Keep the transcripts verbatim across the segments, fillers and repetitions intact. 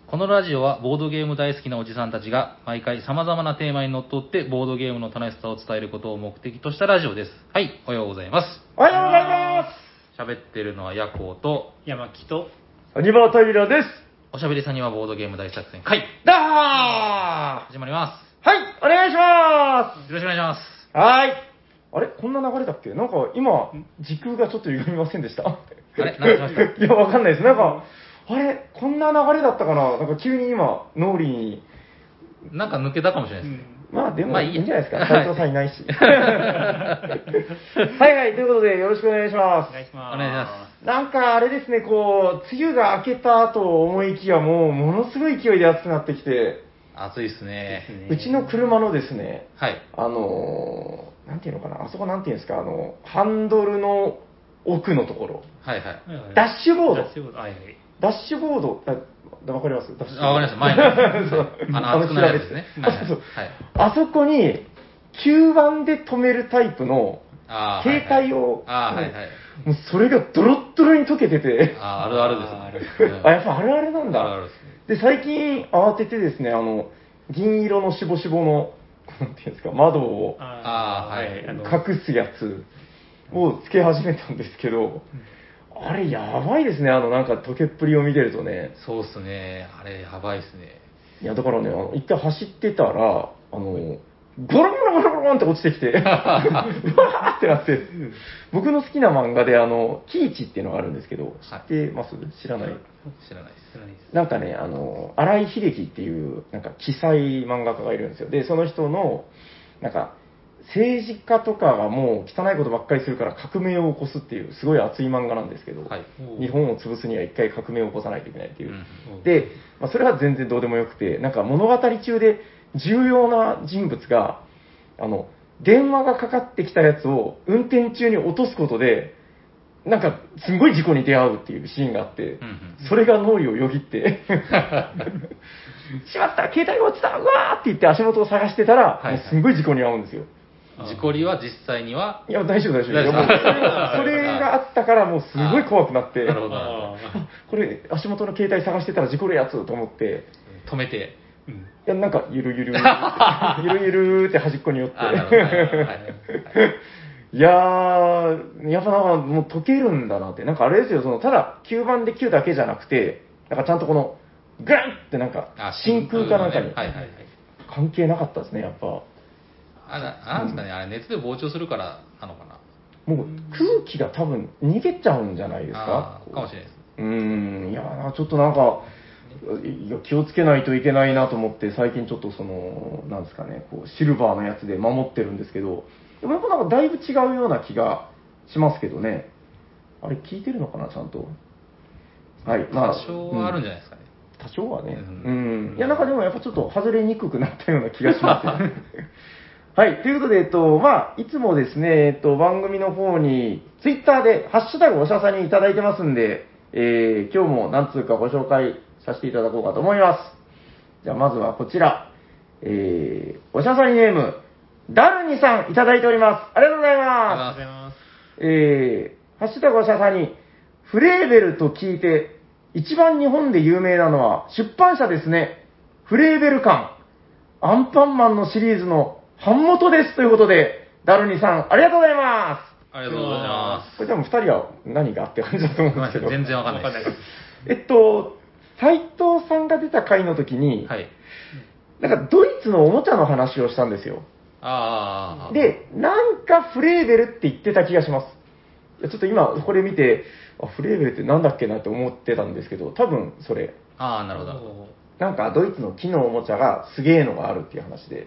このラジオはボードゲーム大好きなおじさんたちが毎回様々なテーマにのっとってボードゲームの楽しさを伝えることを目的としたラジオです。はい、おはようございます。 おはようございま喋ってるのはヤコウと山木とす。アニバータイラです。 おしゃべりさんにはボードゲーム大作戦会だー始まりま。 はい、お願いしますよろしくお願いします。 す。はーい。あれこんな流れだっけなんか今、時空がちょっと歪みませんでしたあれ何しましたいや、わかんないです。なんか、あれこんな流れだったかななんか急に今、脳裏に。 なんか抜けたかもしれないですね。 まあでも、 まあいいやいいんじゃないですか。斉藤さんいないし。はいはい、ということでよろしくお願いしますお。願いします。 お願いしまなんかあれですね、こう、梅雨が明けたと思いきやもう、ものすごい勢いで暑くなってきて、 暑いっすね。 うちの車のですね、 はい。 あのー、なんていうのかな、あそこなんていうんですか、あの、ハンドルの奥のところ、 はいはい。 はいはいダッシュボードダッシュボード。はいはい。 ダッシュボード、あ、わかりますダッシュボード。 あ、わかりました。前のやつ。 そうあの、熱くなるやつですね。 あそうそうはい。 あそこに、吸盤で止めるタイプの、 あー携帯を、 あー、はいはい。 もうそれがドロッドロに溶けてて、 あー、あるあるですね。 あーあるうんあ、やっぱあるあるなんだ。 あるあるですね。 で、最近慌ててですね、あの、銀色のしぼしぼの、なんていうんですか、窓をあーはいあの隠すやつをつけ始めたんですけど、あれやばいですね、あの、なんか溶けっぷりを見てるとね。 そうっすね。あれ、やばいっすね。 いや、だからね、あの、一回走ってたら、あの、ゴロゴロゴロゴロンって落ちてきて、うわーってなって、僕の好きな漫画で、あの、キイチっていうのがあるんですけど、知ってます知らない知らないです。 知らないです。 なんかね、あの、荒井秀樹っていう、なんか、奇才漫画家がいるんですよ。で、その人の、なんか、政治家とかがもう汚いことばっかりするから革命を起こすっていう、すごい熱い漫画なんですけど、 はい。 日本を潰すには一回革命を起こさないといけないっていう。 うんで、まあ、それは全然どうでもよくて、なんか物語中で重要な人物が、あの、電話がかかってきたやつを運転中に落とすことで、なんか、すんごい事故に出会うっていうシーンがあって、 うんうんそれが脳裏をよぎって、しまった携帯が落ちたうわーって言って足元を探してたら、 はいはいもうすんごい事故に遭うんですよ。 事故りは実際には、 いや、大丈夫、大丈夫。 大丈夫いやもうそれそれがあったから、もうすごい怖くなって、 なるほど。 あーこれ、足元の携帯探してたら事故るやつと思って、 止めて。 うん。 いや、なんか、ゆるゆる、ゆるゆるって端っこに寄って。 あ、なるほど。はいはいはいいやー、やっぱなんかもう溶けるんだなって。なんかあれですよ、その、ただ吸盤で吸うだけじゃなくて、なんかちゃんとこの、グランってなんかあ、 真空かなんかにはいはいはい。 関係なかったですね、やっぱ。 あら、なんですかね、あれ、熱で膨張するからなのかな。 もう空気が多分逃げちゃうんじゃないですかあ。ーかもしれないです。 うーん、いやー、ちょっとなんか、いや気をつけないといけないなと思って、最近ちょっとその、なんですかね、こうシルバーのやつで守ってるんですけど、でもやっぱなんかだいぶ違うような気がしますけどね。あれ、聞いてるのかな、ちゃんと。はい、まあ。 多少はあるんじゃないないですかね。 多少はね。 ううんん。いや、なんかでもやっぱちょっと外れにくくなったような気がしますよ。はい。ということで、えっと、まあ、いつもですね、えっと、番組の方に、ツイッターで、ハッシュタグおしゃさにいただいてますんで、えー、今日も何通かご紹介させていただこうかと思います。じゃあ、まずはこちら。えー、おしゃさにネーム、ダルニさんいただいております。ありがとうございありがとうまございます。 す。えー、ハッシュタグおしゃさに、フレーベルと聞いて、一番日本で有名なのは出版社ですね。フレーベル館。アンパンマンのシリーズの版元ですということで、ダルニさん、ありがとうございまありがとうございま。 す。これ多分二人は何がって感じだと思うんですけど。 全然わかんないわかんないです。 えっと、斉藤さんが出た回の時に、 はい。 なんかドイツのおもちゃの話をしたんですよ。 ああ。、 で、なんかフレーベルって言ってた気がします。いやちょっと今これ見て、あ、フレーベルってなんだっけなって思ってたんですけど、多分それ。 ああ、なるほど。 なんかドイツの木のおもちゃがすげえのがあるっていう話で。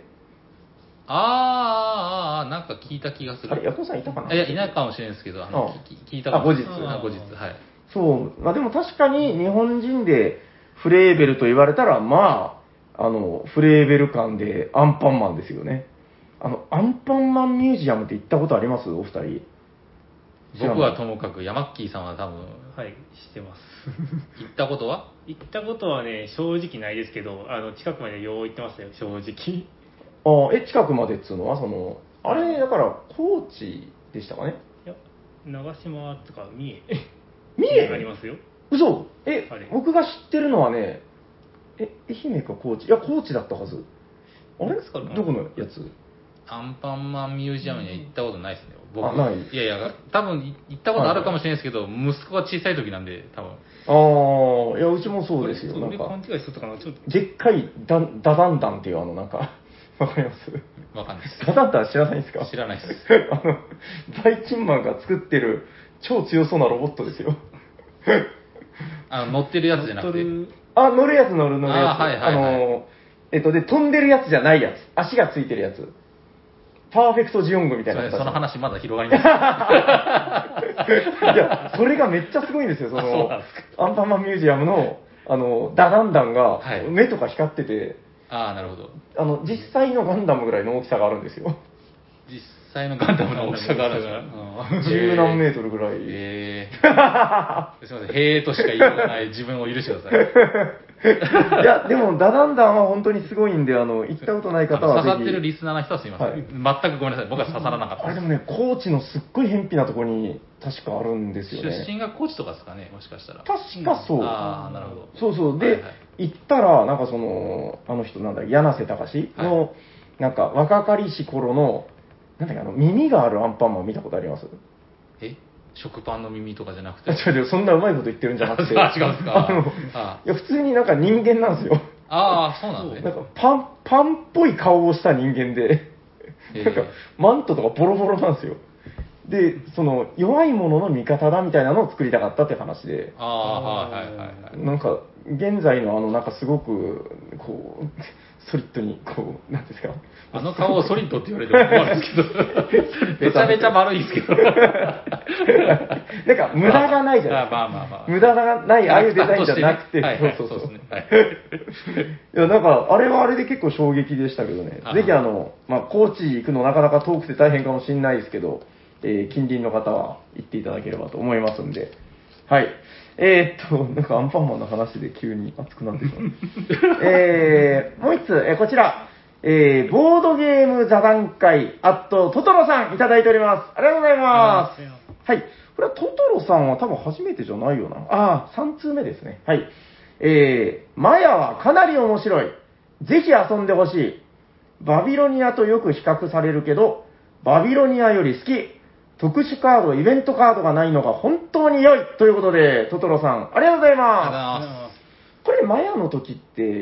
あーあー、あーなんか聞いた気がする。 あれ、ヤコさんいたかないや、いないかもしれないですけど、あの、 ああき聞いたかもしれないああ後日、はい。 そう、まあでも確かに日本人でフレーベルと言われたら、まあ、あの、フレーベル館でアンパンマンですよね。あの、アンパンマンミュージアムって行ったことありますお二人。 僕はともかく、ヤマッキーさんは多分、 はい、知ってます。 行ったことは行ったことはね、正直ないですけど、あの、近くまでよう行ってましたよ、正直。 ああ、え、近くまでっつうのは、その、あれ、だから、高知でしたかね。 いや、長島とか三重。 三重ありますよ。 嘘えあれ、 僕が知ってるのはね、 え、愛媛か高知いや、高知だったはず。あれいくつかあるかなどこのやつアンパンマンミュージアムには行ったことないですね、僕。 あないいやいや、多分行ったことあるかもしれないですけど、息子が小さい時なんで、多分。 ああ、いや、うちもそうですよ。なんか俺勘、違いしとったかな、ちょっと。 でっかいダンダダンダンっていうあの、なんか、わかりますわかんないです。 ダダンダン知らないんですか知らないです。 あの、バイキンマンが作ってる超強そうなロボットですよ。 あの、乗ってるやつじゃなくて。 あ、乗るやつ乗る乗るやつ。 あーはいはいはいあの、えっと、で、飛んでるやつじゃないやつ。足がついてるやつ。パーフェクトジオングみたいな形それその話まだ広がります。 いや、それがめっちゃすごいんですよ。そあそうのなんで、 アンパンマンミュージアムの、あの、ダダンダンがはい、 目とか光ってて、 ああ、なるほど。 あの、実際のガンダムぐらいの大きさがあるんですよ。 実際のガンダムの大きさがあるんですか。 十何メートトルぐらい。 えー、すみません、へーとしか言いようがない自分を許してください。 いや、でも、ダダンダンは本当にすごいんで、あの、行ったことない方はぜひ。 刺さってるリスナーの人はすみません、 はい全くごめんなさい、僕は刺さらなかったで。 あれですもね、高知のすっごい偏僻なところに確かあるんですよね。 出身が高知とかですかね、もしかしたら。 確かそう。 ああ、なるほど。 そうそう。で、 はいはい行ったら、なんかその、あの人なんだ、柳瀬隆の、 はいなんか若かりし頃の、なんだっけ、あの、耳があるアンパンマン見たことありますえ食パンの耳とかじゃなくて。 あ違う違う、そんなうまいこと言ってるんじゃなくて。 あ違うんですかあの、 あいや、普通になんか人間なんですよ。 ああ、そうなんですね。 なんかパン、パンっぽい顔をした人間で、 へえなんかマントとかボロボロなんですよ。で、その、弱いものの味方だみたいなのを作りたかったって話で、 ああ、はいはいはいはい。 なんか、現在のあの、なんかすごく、こう、ソリッドに、こう、なんていうんですか。 あの顔をソリッドって言われても困るんですけど、めちゃめちゃ丸いですけど。 なんか、無駄がないじゃないですか。 あまあまあまあ。 無駄がない、ああいうデザインじゃなくて、 はいはいそうそうそう。 そうですね。はい。 いや、なんか、あれはあれで結構衝撃でしたけどね。 あぜひ、あの、まあ、高知行くのなかなか遠くて大変かもしれないですけど、えー近隣の方は行っていただければと思いますんで。はい。えーっと、なんかアンパンマンの話で急に熱くなってしまう。えー、もう一つ、えーこちら、えー、ボードゲーム座談会、あと、トトロさんいただいております。ありがとうございます。はい。これはトトロさんは多分初めてじゃないよな。ああ、さん通目ですね。はい。えー、マヤはかなり面白い。ぜひ遊んでほしい。バビロニアとよく比較されるけど、バビロニアより好き。特殊カード、イベントカードがないのが本当に良い。ということで、トトロさん、ありがとうございありがとうございまます。 す。これ、マヤの時って、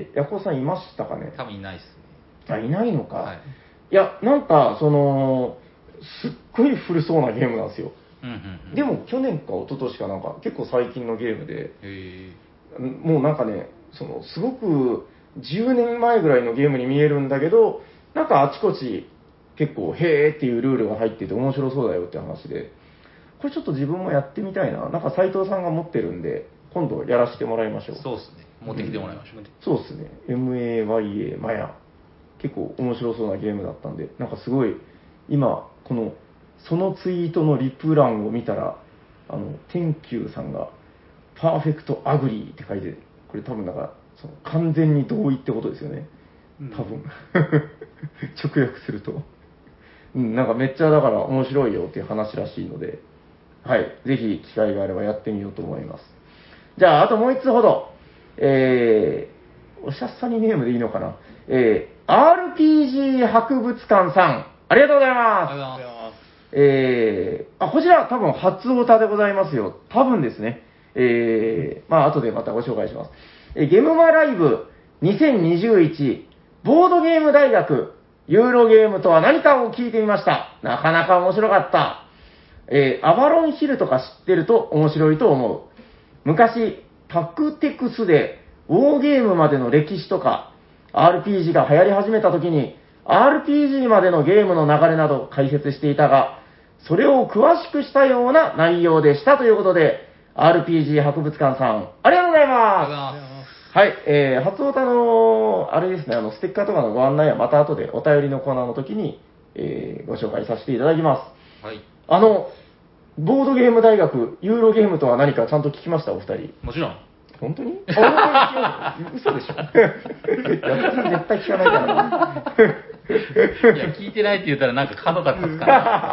ヤコウさんいましたかね多分いないですね。 あ、いないのか。 はいいや、なんか、その、すっごい古そうなゲームなんですよ。 うんうんうん。 でも、去年か一昨年かなんか、結構最近のゲームで、 へもうなんかね、その、すごくじゅうねんまえぐらいのゲームに見えるんだけど、なんかあちこち結構、へーっていうルールが入ってて面白そうだよって話で、これちょっと自分もやってみたいな。なんか斉藤さんが持ってるんで、今度やらせてもらいましょう。 え。そうですね。持ってきてもらいましょう。 そうですね。エムエーワイエー マヤ。結構面白そうなゲームだったんで、なんかすごい、今、この、そのツイートのリプ欄を見たら、あの、天球さんが、パーフェクトアグリーって書いて、これ多分なんか、その完全に同意ってことですよね。多分。直訳すると。うん、なんかめっちゃだから面白いよっていう話らしいので、はい。ぜひ機会があればやってみようと思います。じゃあ、あともう一つほど、えー、おしゃっさにネームでいいのかな。えー、アールピージー 博物館さん、ありがとうございます。 ありがとうございます。 えー、あ、こちら多分初オタでございますよ。多分ですね。えー、まあ後でまたご紹介します。えーゲームマライブにせんにじゅういちボードゲーム大学ユーロゲームとは何かを聞いてみました。なかなか面白かった。えーアバロンヒルとか知ってると面白いと思う。昔、タクテクスでウォーゲームまでの歴史とか アールピージー が流行り始めた時に アールピージー までのゲームの流れなど解説していたが、それを詳しくしたような内容でしたということで、アールピージー 博物館さん、ありがとうございありがとうござまいます。 す。はい、えー、初オタの、あれですね、あの、ステッカーとかのご案内はまた後でお便りのコーナーの時に、えー、ご紹介させていただきます。 はい。 あの、ボードゲーム大学、ユーロゲームとは何かちゃんと聞きました、お二人。 もちろん。 本当にあ嘘でしょやったさん絶対聞かないからな。 いや、聞いてないって言ったらなんか角が立つから。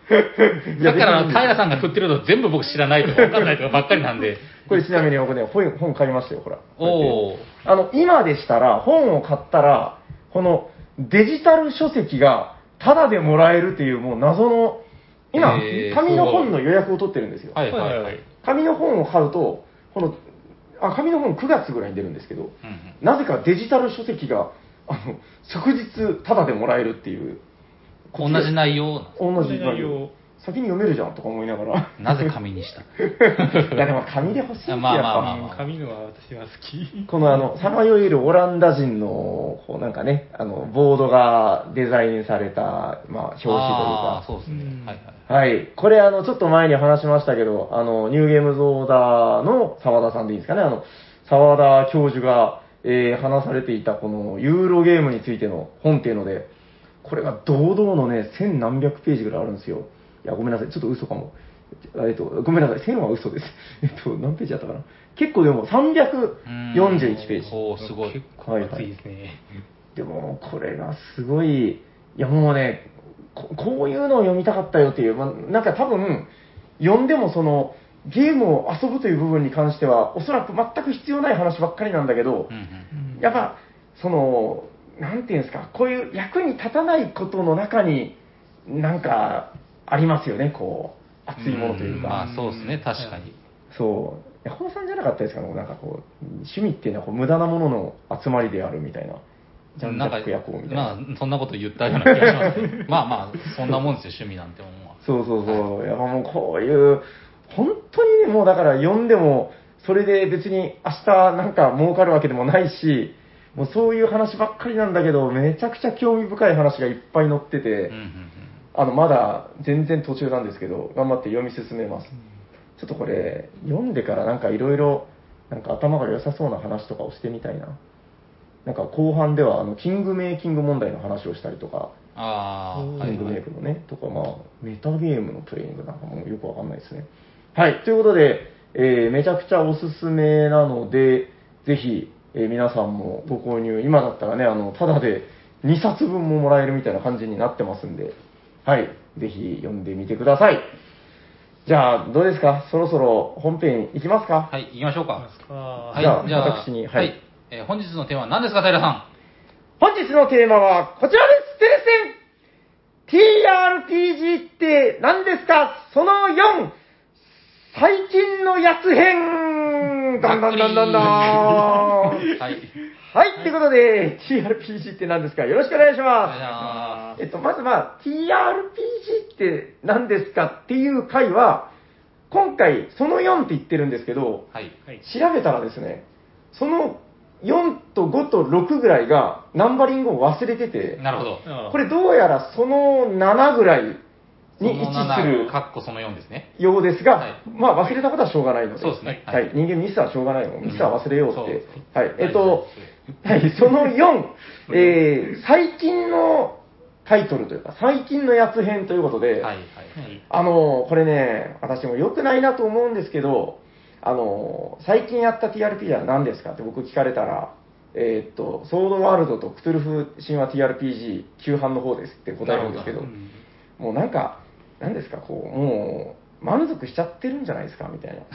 だから、平さんが振ってるの全部僕知らないとか分かんないとかばっかりなんで。 これちなみに僕ね、本、本買いましたよ、ほら。 おー。 あの、今でしたら、本を買ったら、このデジタル書籍がタダでもらえるっていう、もう謎の、今、 えー紙の本の予約を取ってるんですよ。 はいはいはい。 紙の本を買うと、この、あ、紙の本くがつぐらいに出るんですけど、 うんうん、 なぜかデジタル書籍が、あの、即日タダでもらえるっていう。 同じ内容同じ内容。先に読めるじゃんとか思いながら。 なぜ紙にしたいやでも紙で欲しいってやっぱ、 まあまあまあまあ紙のは私は好き。 このあの、さまよえるオランダ人の、こうなんかね、あの、ボードがデザインされた、まあ、表紙というか。 あーそうですね。はいはい。 はい。これあの、ちょっと前に話しましたけど、あの、ニューゲームズオーダーの澤田さんでいいですかね、あの、澤田教授が、えー話されていたこのユーロゲームについての本っていうので、これが堂々のね、千何百ページぐらいあるんですよ。いや、ごめんなさい。ちょっと嘘かも。えっと、ごめんなさい。千は嘘です。えっと、何ページだったかな。結構でもさんびゃくよんじゅういちページ。 おー、すごい。 結構熱いですね。 でも、これがすごい、いやもうね、ここういうのを読みたかったよっていう、まあ、なんか多分、読んでもその、ゲームを遊ぶという部分に関しては、おそらく全く必要ない話ばっかりなんだけど、 うんうん、 やっぱ、その、なんていうんですか、こういう役に立たないことの中に、なんか、ありますよね、こう、熱いものというか。 んまあそうですね、確かに。 そう。ヤホーさんじゃなかったですかね、なんかこう、趣味っていうのはこう無駄なものの集まりであるみたいな。ジャンジャック役をみたいな。 まあ、そんなこと言ったような気がしますね。まあまあ、そんなもんですよ、趣味なんて思うわ。 そうそうそう。はい、やっぱもうこういう、本当にね、もうだから読んでも、それで別に明日なんか儲かるわけでもないし、もうそういう話ばっかりなんだけど、めちゃくちゃ興味深い話がいっぱい載ってて、 うんうんうん、 あの、まだ全然途中なんですけど、頑張って読み進めます。ちょっとこれ、読んでからなんかいろいろ、なんか頭が良さそうな話とかをしてみたいな。なんか後半では、あの、キングメイキング問題の話をしたりとか、 ああ、 キングメイクのね、とか、まあ、メタゲームのプレイングなんかもよくわかんないですね。はい、ということで、えーめちゃくちゃおすすめなので、ぜひ、えー皆さんもご購入、今だったらね、あの、ただでにさつぶんももらえるみたいな感じになってますんで、はい、ぜひ読んでみてください。じゃあ、どうですか、そろそろ本編いきますか。 はい、行きましょうか。 はじゃあじゃあ、 私にははいい、えー本日のテーマは何ですか、平さん。 本日のテーマはこちらです。テレセン ティーアールピージー って何ですか、そのよん、最近のやつ編。だんだんだんだんだん。 はい。 はい、ということで、ティーアールピージー って何ですか、よろしくお願いしお願いしま。 ますえっと、まずまあ、ティーアールピージー って何ですかっていう回は、今回、そのよんって言ってるんですけど、 はい。 い。 調べたらですね、そのよんとごとろくぐらいがナンバリングを忘れてて、 なるほど。 これどうやらそのななぐらいに位置するる。かっこそのよんですね。 ようですが、 はいまあ忘れたことはしょうがないので、 そうですねはいはい人間ミスはしょうがないの、ミスは忘れようって、 そうはい、えっ大と、はい、そのよん、えー最近のタイトルというか、最近のやつ編ということで、 はいはい。 あの、これね、私も良くないなと思うんですけど、あの、最近やった ティーアールピージー は何ですかって僕聞かれたら、えーっと、ソードワールドとクトゥルフ神話 ティーアールピージー 旧版の方ですって答えるんですけど、 なるもうなんか、何ですか、こう、もう、満足しちゃってるんじゃないですかみたいな。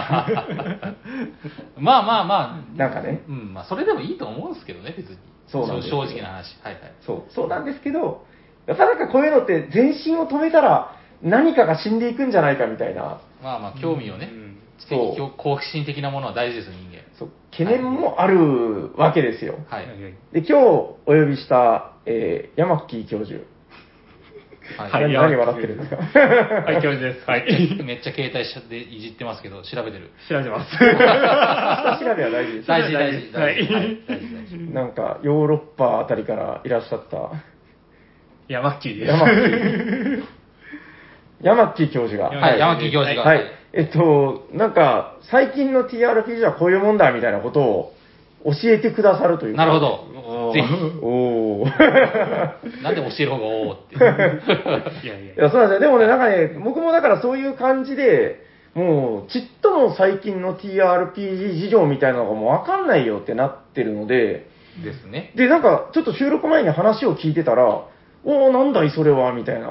まあまあまあ、 なんかねうん、まあそれでもいいと思うんですけどね、別に。 そうなんですよ正直な話。はいはい。 そう、そうなんですけど、やっぱなんかこういうのって全身を止めたら何かが死んでいくんじゃないかみたいな、 まあまあ、興味をね、 うん知的そう好奇心的なものは大事です、人間。 そう懸念もあるわけですよ。 はい。 で、今日お呼びした、えー、山木教授。 はい。 はい何何笑ってるんですかはい、教授です。はい。 めっちゃ携帯しでいじってますけど、調べてる。 調べてます。 下調べは大事です。 大事大事大事。 ははいい。大事大事。 なんか、ヨーロッパあたりからいらっしゃった山木です。 山木、山木教授が。 はい、山木教授が。 はい。えっと、なんか、最近の ティーアールピージー はこういうもんだみたいなことを教えてくださるという。 なるほど。ぜひ。 おー。 なんで教える方がおーって。 いやいやいや、そうなんですよ。でもね、なんかね、僕もだからそういう感じで、もう、ちっとも最近の ティーアールピージー 事情みたいなのがもうわかんないよってなってるので、 ですね。 で、なんか、ちょっと収録前に話を聞いてたら、おー、なんだいそれは、みたいな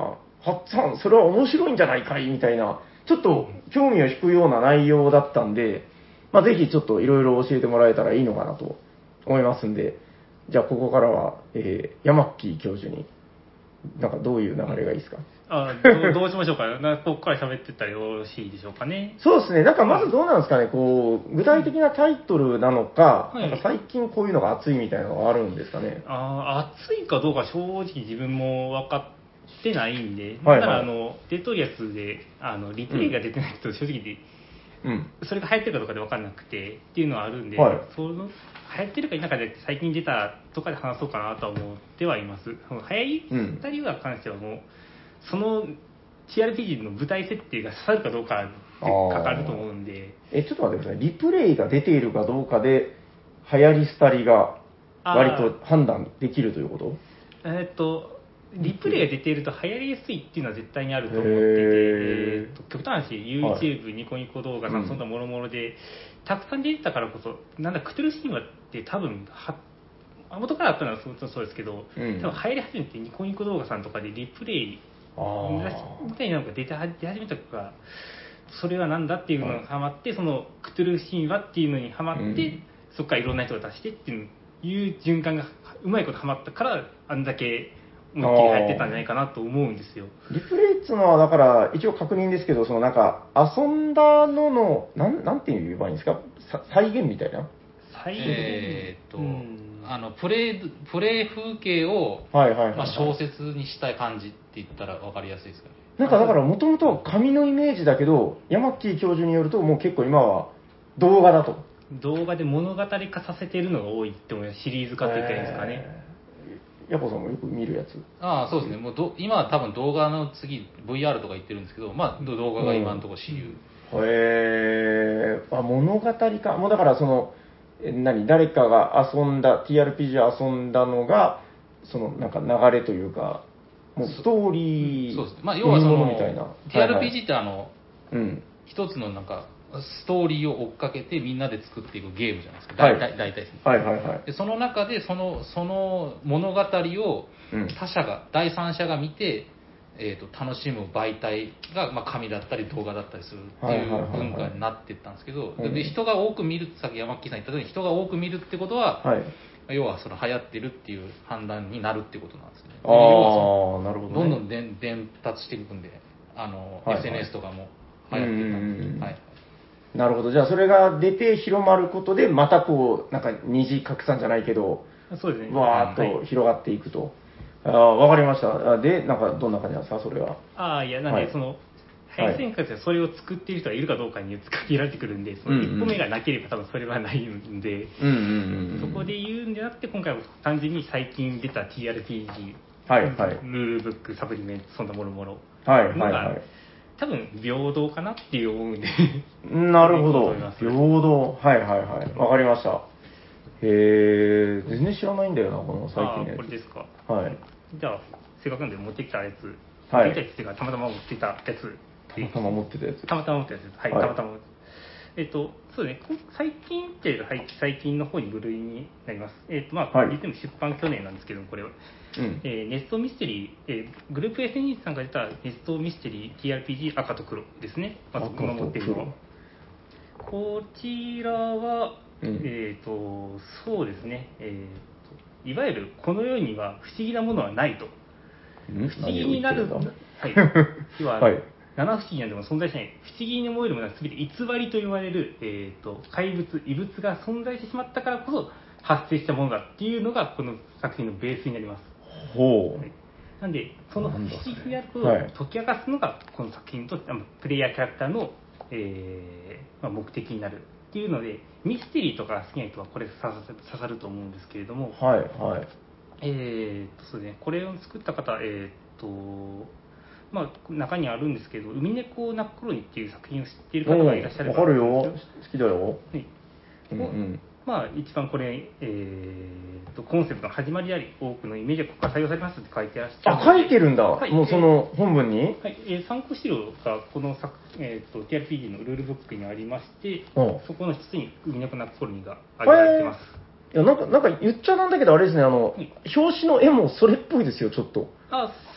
はっさん、それは面白いんじゃないかいみたいな、ちょっと興味を引くような内容だったんで、まあ、ぜひちょっといろいろ教えてもらえたらいいのかなと思いますんで、じゃあここからは、えー、ヤマッキー教授に、なんかどういう流れがいいですか？ あどうどうしましょうか。なここから喋ってったらよろしいでしょうかね。 そうですね、なんかまずどうなんですかね、こう、具体的なタイトルなのか、 はいなんか最近こういうのが熱いみたいなのがあるんですかね。 あ暑いかどうか正直自分も分かってないんで、 はいはいだからあの出とるやつであのリプレイが出てないと正直で、 うん。 それが流行ってるかどうかで分かんなくてっていうのはあるんで、 はいその流行ってるか否かで最近出たとかで話そうかなとは思ってはいます。その流行りた理由に関してはもう、その ティーアールピージー の舞台設定が刺さるかどうかでかかると思うんで。 え、ちょっと待ってください。リプレイが出ているかどうかで、流行り廃りが割と判断できるということ？ えーっと、リプレイが出ていると流行りやすいっていうのは絶対にあると思ってて、 へーえーっと極端な話、YouTube、 はいニコニコ動画さうんん、そんなもろもろで、たくさん出てたからこそ、なんだ、クトゥルフ神話って多分は、元からあったのはそうそうですけど、 うん多分流行り始めてニコニコ動画さんとかでリプレイあーみたいなのが出て出始めたから、それはなんだっていうのがハマって、そのクトゥルフ神話っていうのにハマって、 うんそこからいろんな人が出してっていういう循環がうまいことハマったから、あんだけ思いっきり入ってたんじゃないかなと思うんですよ。 リプレイっていうのは、だから、一応確認ですけど、そのなんか、遊んだのの、なん、なんて言えばいいんですか、さ再現みたいな。 最後えーっと、 うんあのプレイプレイ風景を、 はいはいはい、はいまあ、小説にしたい感じって言ったら分かりやすいですかね。 なんかだから、もともとは紙のイメージだけど、ヤマッキー教授によると、もう結構今は動画だと。 動画で物語化させてるのが多いって思います。シリーズ化って言ったらいいんですかね。 えーヤコさんもよく見るやつ。 ああ、そうですね。もうど今は多分動画の次 ブイアール とか言ってるんですけど、まあど動画が今のところ主流。 へえー、あ、物語か。もうだからその、え何、誰かが遊んだ、ティーアールピージー 遊んだのが、そのなんか流れというか、もうストーリー、 そうですね。まあ要はそのものみたいな。 ティーアールピージーー、 ってあの、 うん。 一つのなんかストーリーを追っかけてみんなで作っていくゲームじゃないですか。 はい大体大体ですね。 はいはいはい。 でその中でそのその物語をうん他者が、第三者が見て、えー、と楽しむ媒体が、まあ、紙だったり動画だったりするってはいいうはいはいはい文化になっていったんですけど、 うんで人が多く見るってさっき山木さん言ったように人が多く見るってことは、 はい。 要はその流行ってるっていう判断になるってことなんですね。 あ要はそあ、なるほど、ね。 のどんどん伝伝達していくんで、あの、 はいはいエスエヌエス とかも流行っていったうんうんうんんで、はい。 なるほど。じゃあ、それが出て広まることで、またこう、なんか二次拡散じゃないけど、 そうですね。 わーっはいと広がっていくと。ああ、わかりました。あで、なんか、どんな感じなんですか、それは。 ああ、いや、なんで、 はいその、配線活でそれを作っている人がいるかどうかに限られてくるんで、その一歩目がなければ多分それはないんで、 うんうんうんうん。 そこで言うんじゃなくて、今回は単純に最近出た ティーアールピージー、 はいはいルールブック、サプリメント、そんなもろもろ。 はいはいのがはい。 多分平等かなっていう思うんで。 なるほど。 そういうこと平だと思います等。はいはいはい。わかりました。へえ、全然知らないんだよな、この最ああ、 近のやつ。 これですか。 はい。 じゃあ、せっかくなんで持ってきたやつ、 はい持ってきたやつっていうか、たまたま持ってきたやつ。 たまたま持ってたやつ。 たまたま持ってたやつです。はい、 はいたまたま。えっと、そうですね、こ最近っていうと、はい、最近の方に部類になります。えっと、まあ、 はい言っても出版去年なんですけども、これは。 うん。 えーネストミステリー、えーグループ エスエヌエス さんが出たネストミステリー ティーアールピージー 赤と黒ですね。まず赤と今持っているのは黒。 こちらは、 うんえっ、と、そうですね、えーと、いわゆるこの世には不思議なものはないと。 ん不思議になる、 何を言ってはいるんだ。 要は、 はい七不思議なんてものは存在しない、不思議に思えるものは全て偽りと言われる、えー、と怪物、異物が存在してしまったからこそ発生したものだっていうのがこの作品のベースになります。 ほう。 はいなんで、その不思議であることをはい解き明かすのがこの作品と、あのプレイヤーキャラクターの、えーまあ、目的になるっていうので、ミステリーとか好きな人はこれ刺さ刺さると思うんですけれども、 はいはい。 えーとそうね、これを作った方、えーとまあ、中にあるんですけど、海猫ナックロニっていう作品を知っている方がいらっしゃればわかるよ。 と思うんです好きだよ。 よはいうんうん。 まあ、一番これ、えーと、コンセプトの始まりであり、多くのイメージがここから採用されますって書いてらっしゃるあ、書いてるんだ。 はいもうその本文に、 はいえー参考資料がこの作、えー、と ティーアールピージー のルールブックにありまして、 うんそこの一つに海猫ナックロニが挙げられてます。 いや、なんか、なんか言っちゃなんだけど、あれですね、あの、 はい表紙の絵もそれっぽいですよ、ちょっと。 あ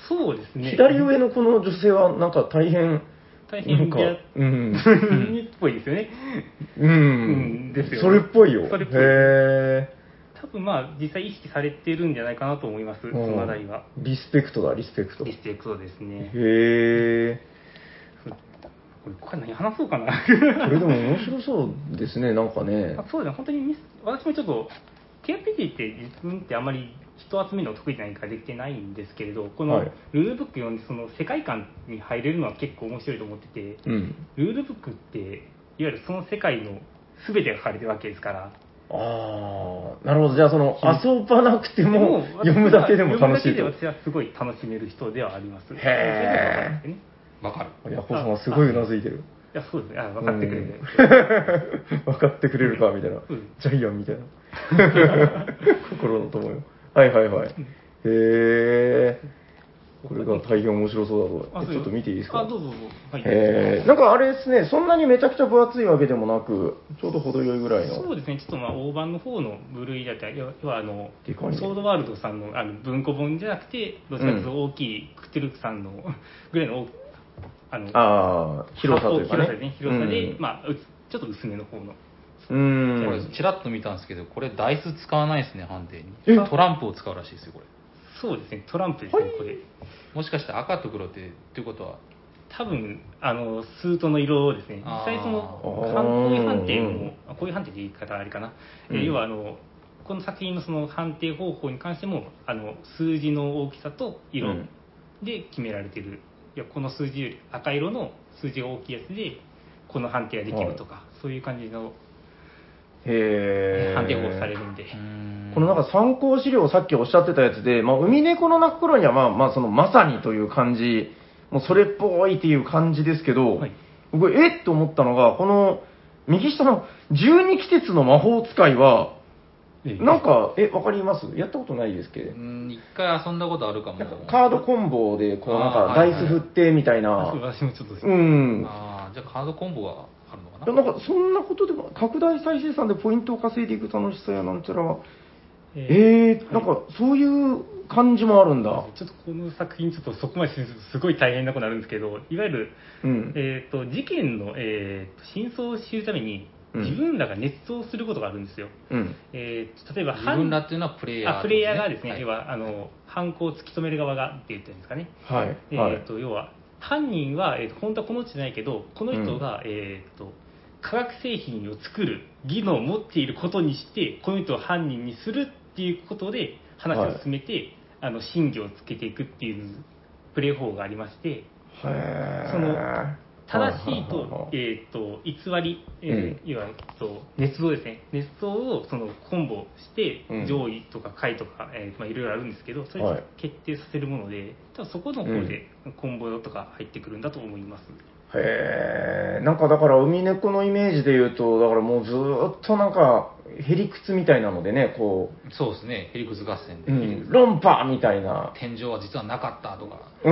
そうですね。 左上のこの女性はなんか大変、 大変なんか、うん。 っぽいですよね。 うん。 うんですよね。 それっぽいよ。 それっぽい。 へ多分まあ、実際意識されてるんじゃないかなと思います、そのあたりは。 リスペクトだ、リスペクト。 リスペクトですね。 へー。これ、これ何話そうかな。 これでも面白そうですね、なんかね。 そうですね、本当にミス、私もちょっと、ティーアールピージー って自分ってあまり人集めるの得意じゃないからできてないんですけれど、このはいルールブック読んでその世界観に入れるのは結構面白いと思ってて、 うん。 ルールブックっていわゆるその世界の全てが書かれてるわけですから。 ああ、なるほど。じゃあその遊ばなくても読むだけでも楽しいと。 読むだけで私はすごい楽しめる人ではあります。 へえ。 わかる。 ヤコウさんはすごいうなずいてる。 いや、そうですね。あ、分かってくれる。 分かってくれるか、みたいな。 うん、 ジャイアンみたいな。心の友よ。はいはいはい。へえ。これが大変面白そうだと。ちょっと見ていいですか？ あ、どうぞどうぞ。はい。 へえ。なんかあれですね、そんなにめちゃくちゃ分厚いわけでもなく、ちょうど程よいぐらいの。 そうですね、ちょっとまあ大判の方の部類だったり、要はあの、 でかいねソードワールドさんのあの文庫本じゃなくて、どちらかというと大きいクテルクさんのぐらいの大あのああ、広さというかね。 広さでね、広さで、 うん、 まあ、うちょっと薄めの方の。 うーん。 これ、ちらっと見たんですけど、これ、ダイス使わないですね、判定に。トランプを使うらしいですよ、これ。 そうですね、トランプですね、これ。 もしかして赤と黒って、っていうことは、 多分あのスートの色ですね、実際その行為判定も、行為判定って言い方あれかな、うん、要はあのこの作品のその判定方法に関しても、あの数字の大きさと色で決められている、うん、いやこの数字より赤色の数字が大きいやつで、この判定ができるとか、はい、そういう感じのへ判定法されるんで。 このなんか参考資料、さっきおっしゃってたやつで、まあ、海猫の鳴く頃には、まあ、まあ、そのまさにという感じ、もうそれっぽいっていう感じですけど、はい、僕、えっと思ったのが、この右下の十二季節の魔法使いは、なんか、え、わかります？やったことないですけど。 うん、一回遊んだことあるかも。 なんかカードコンボで、こう、なんか、ダイス振ってみたいな。 私もちょっと。 うん。 ああ、じゃあカードコンボはあるのかな？ なんか、そんなことでも、拡大再生産でポイントを稼いでいく楽しさやなんちゃら、えー、なんか、そういう感じもあるんだ。 ちょっとこの作品、ちょっとそこまですごい大変なことになるんですけど、いわゆる、うん、えーと、事件の、えーと、真相を知るために、自分らが捏造することがあるんですよ。うん、えー、例えば自分らっていうのはプレイヤー、ね、 あプレイヤーがですね、はい、要はあの犯行を突き止める側がって言ってるんですかね。 はい。 えーと、要は犯人は、えーと、本当はこの人じゃないけど、この人が、うん、えーと化学製品を作る技能を持っていることにして、この人を犯人にするっていうことで話を進めて、はい、あの真偽をつけていくっていうプレイ法がありまして、その正しいと、えー、と偽り、えー、いわゆると捏造ですね、捏造をそのコンボして、うん、上位とか下位とか、えーまあ、いろいろあるんですけど、それを決定させるもので、多分そこの方でコンボとか入ってくるんだと思います。 うん、へえ、なんかだから海猫のイメージで言うと、だからもうずっとなんかへりくつみたいなのでね、こうそうですね、へりくつ合戦で、 うん、論破みたいな、 天井は実はなかったとか、 うん、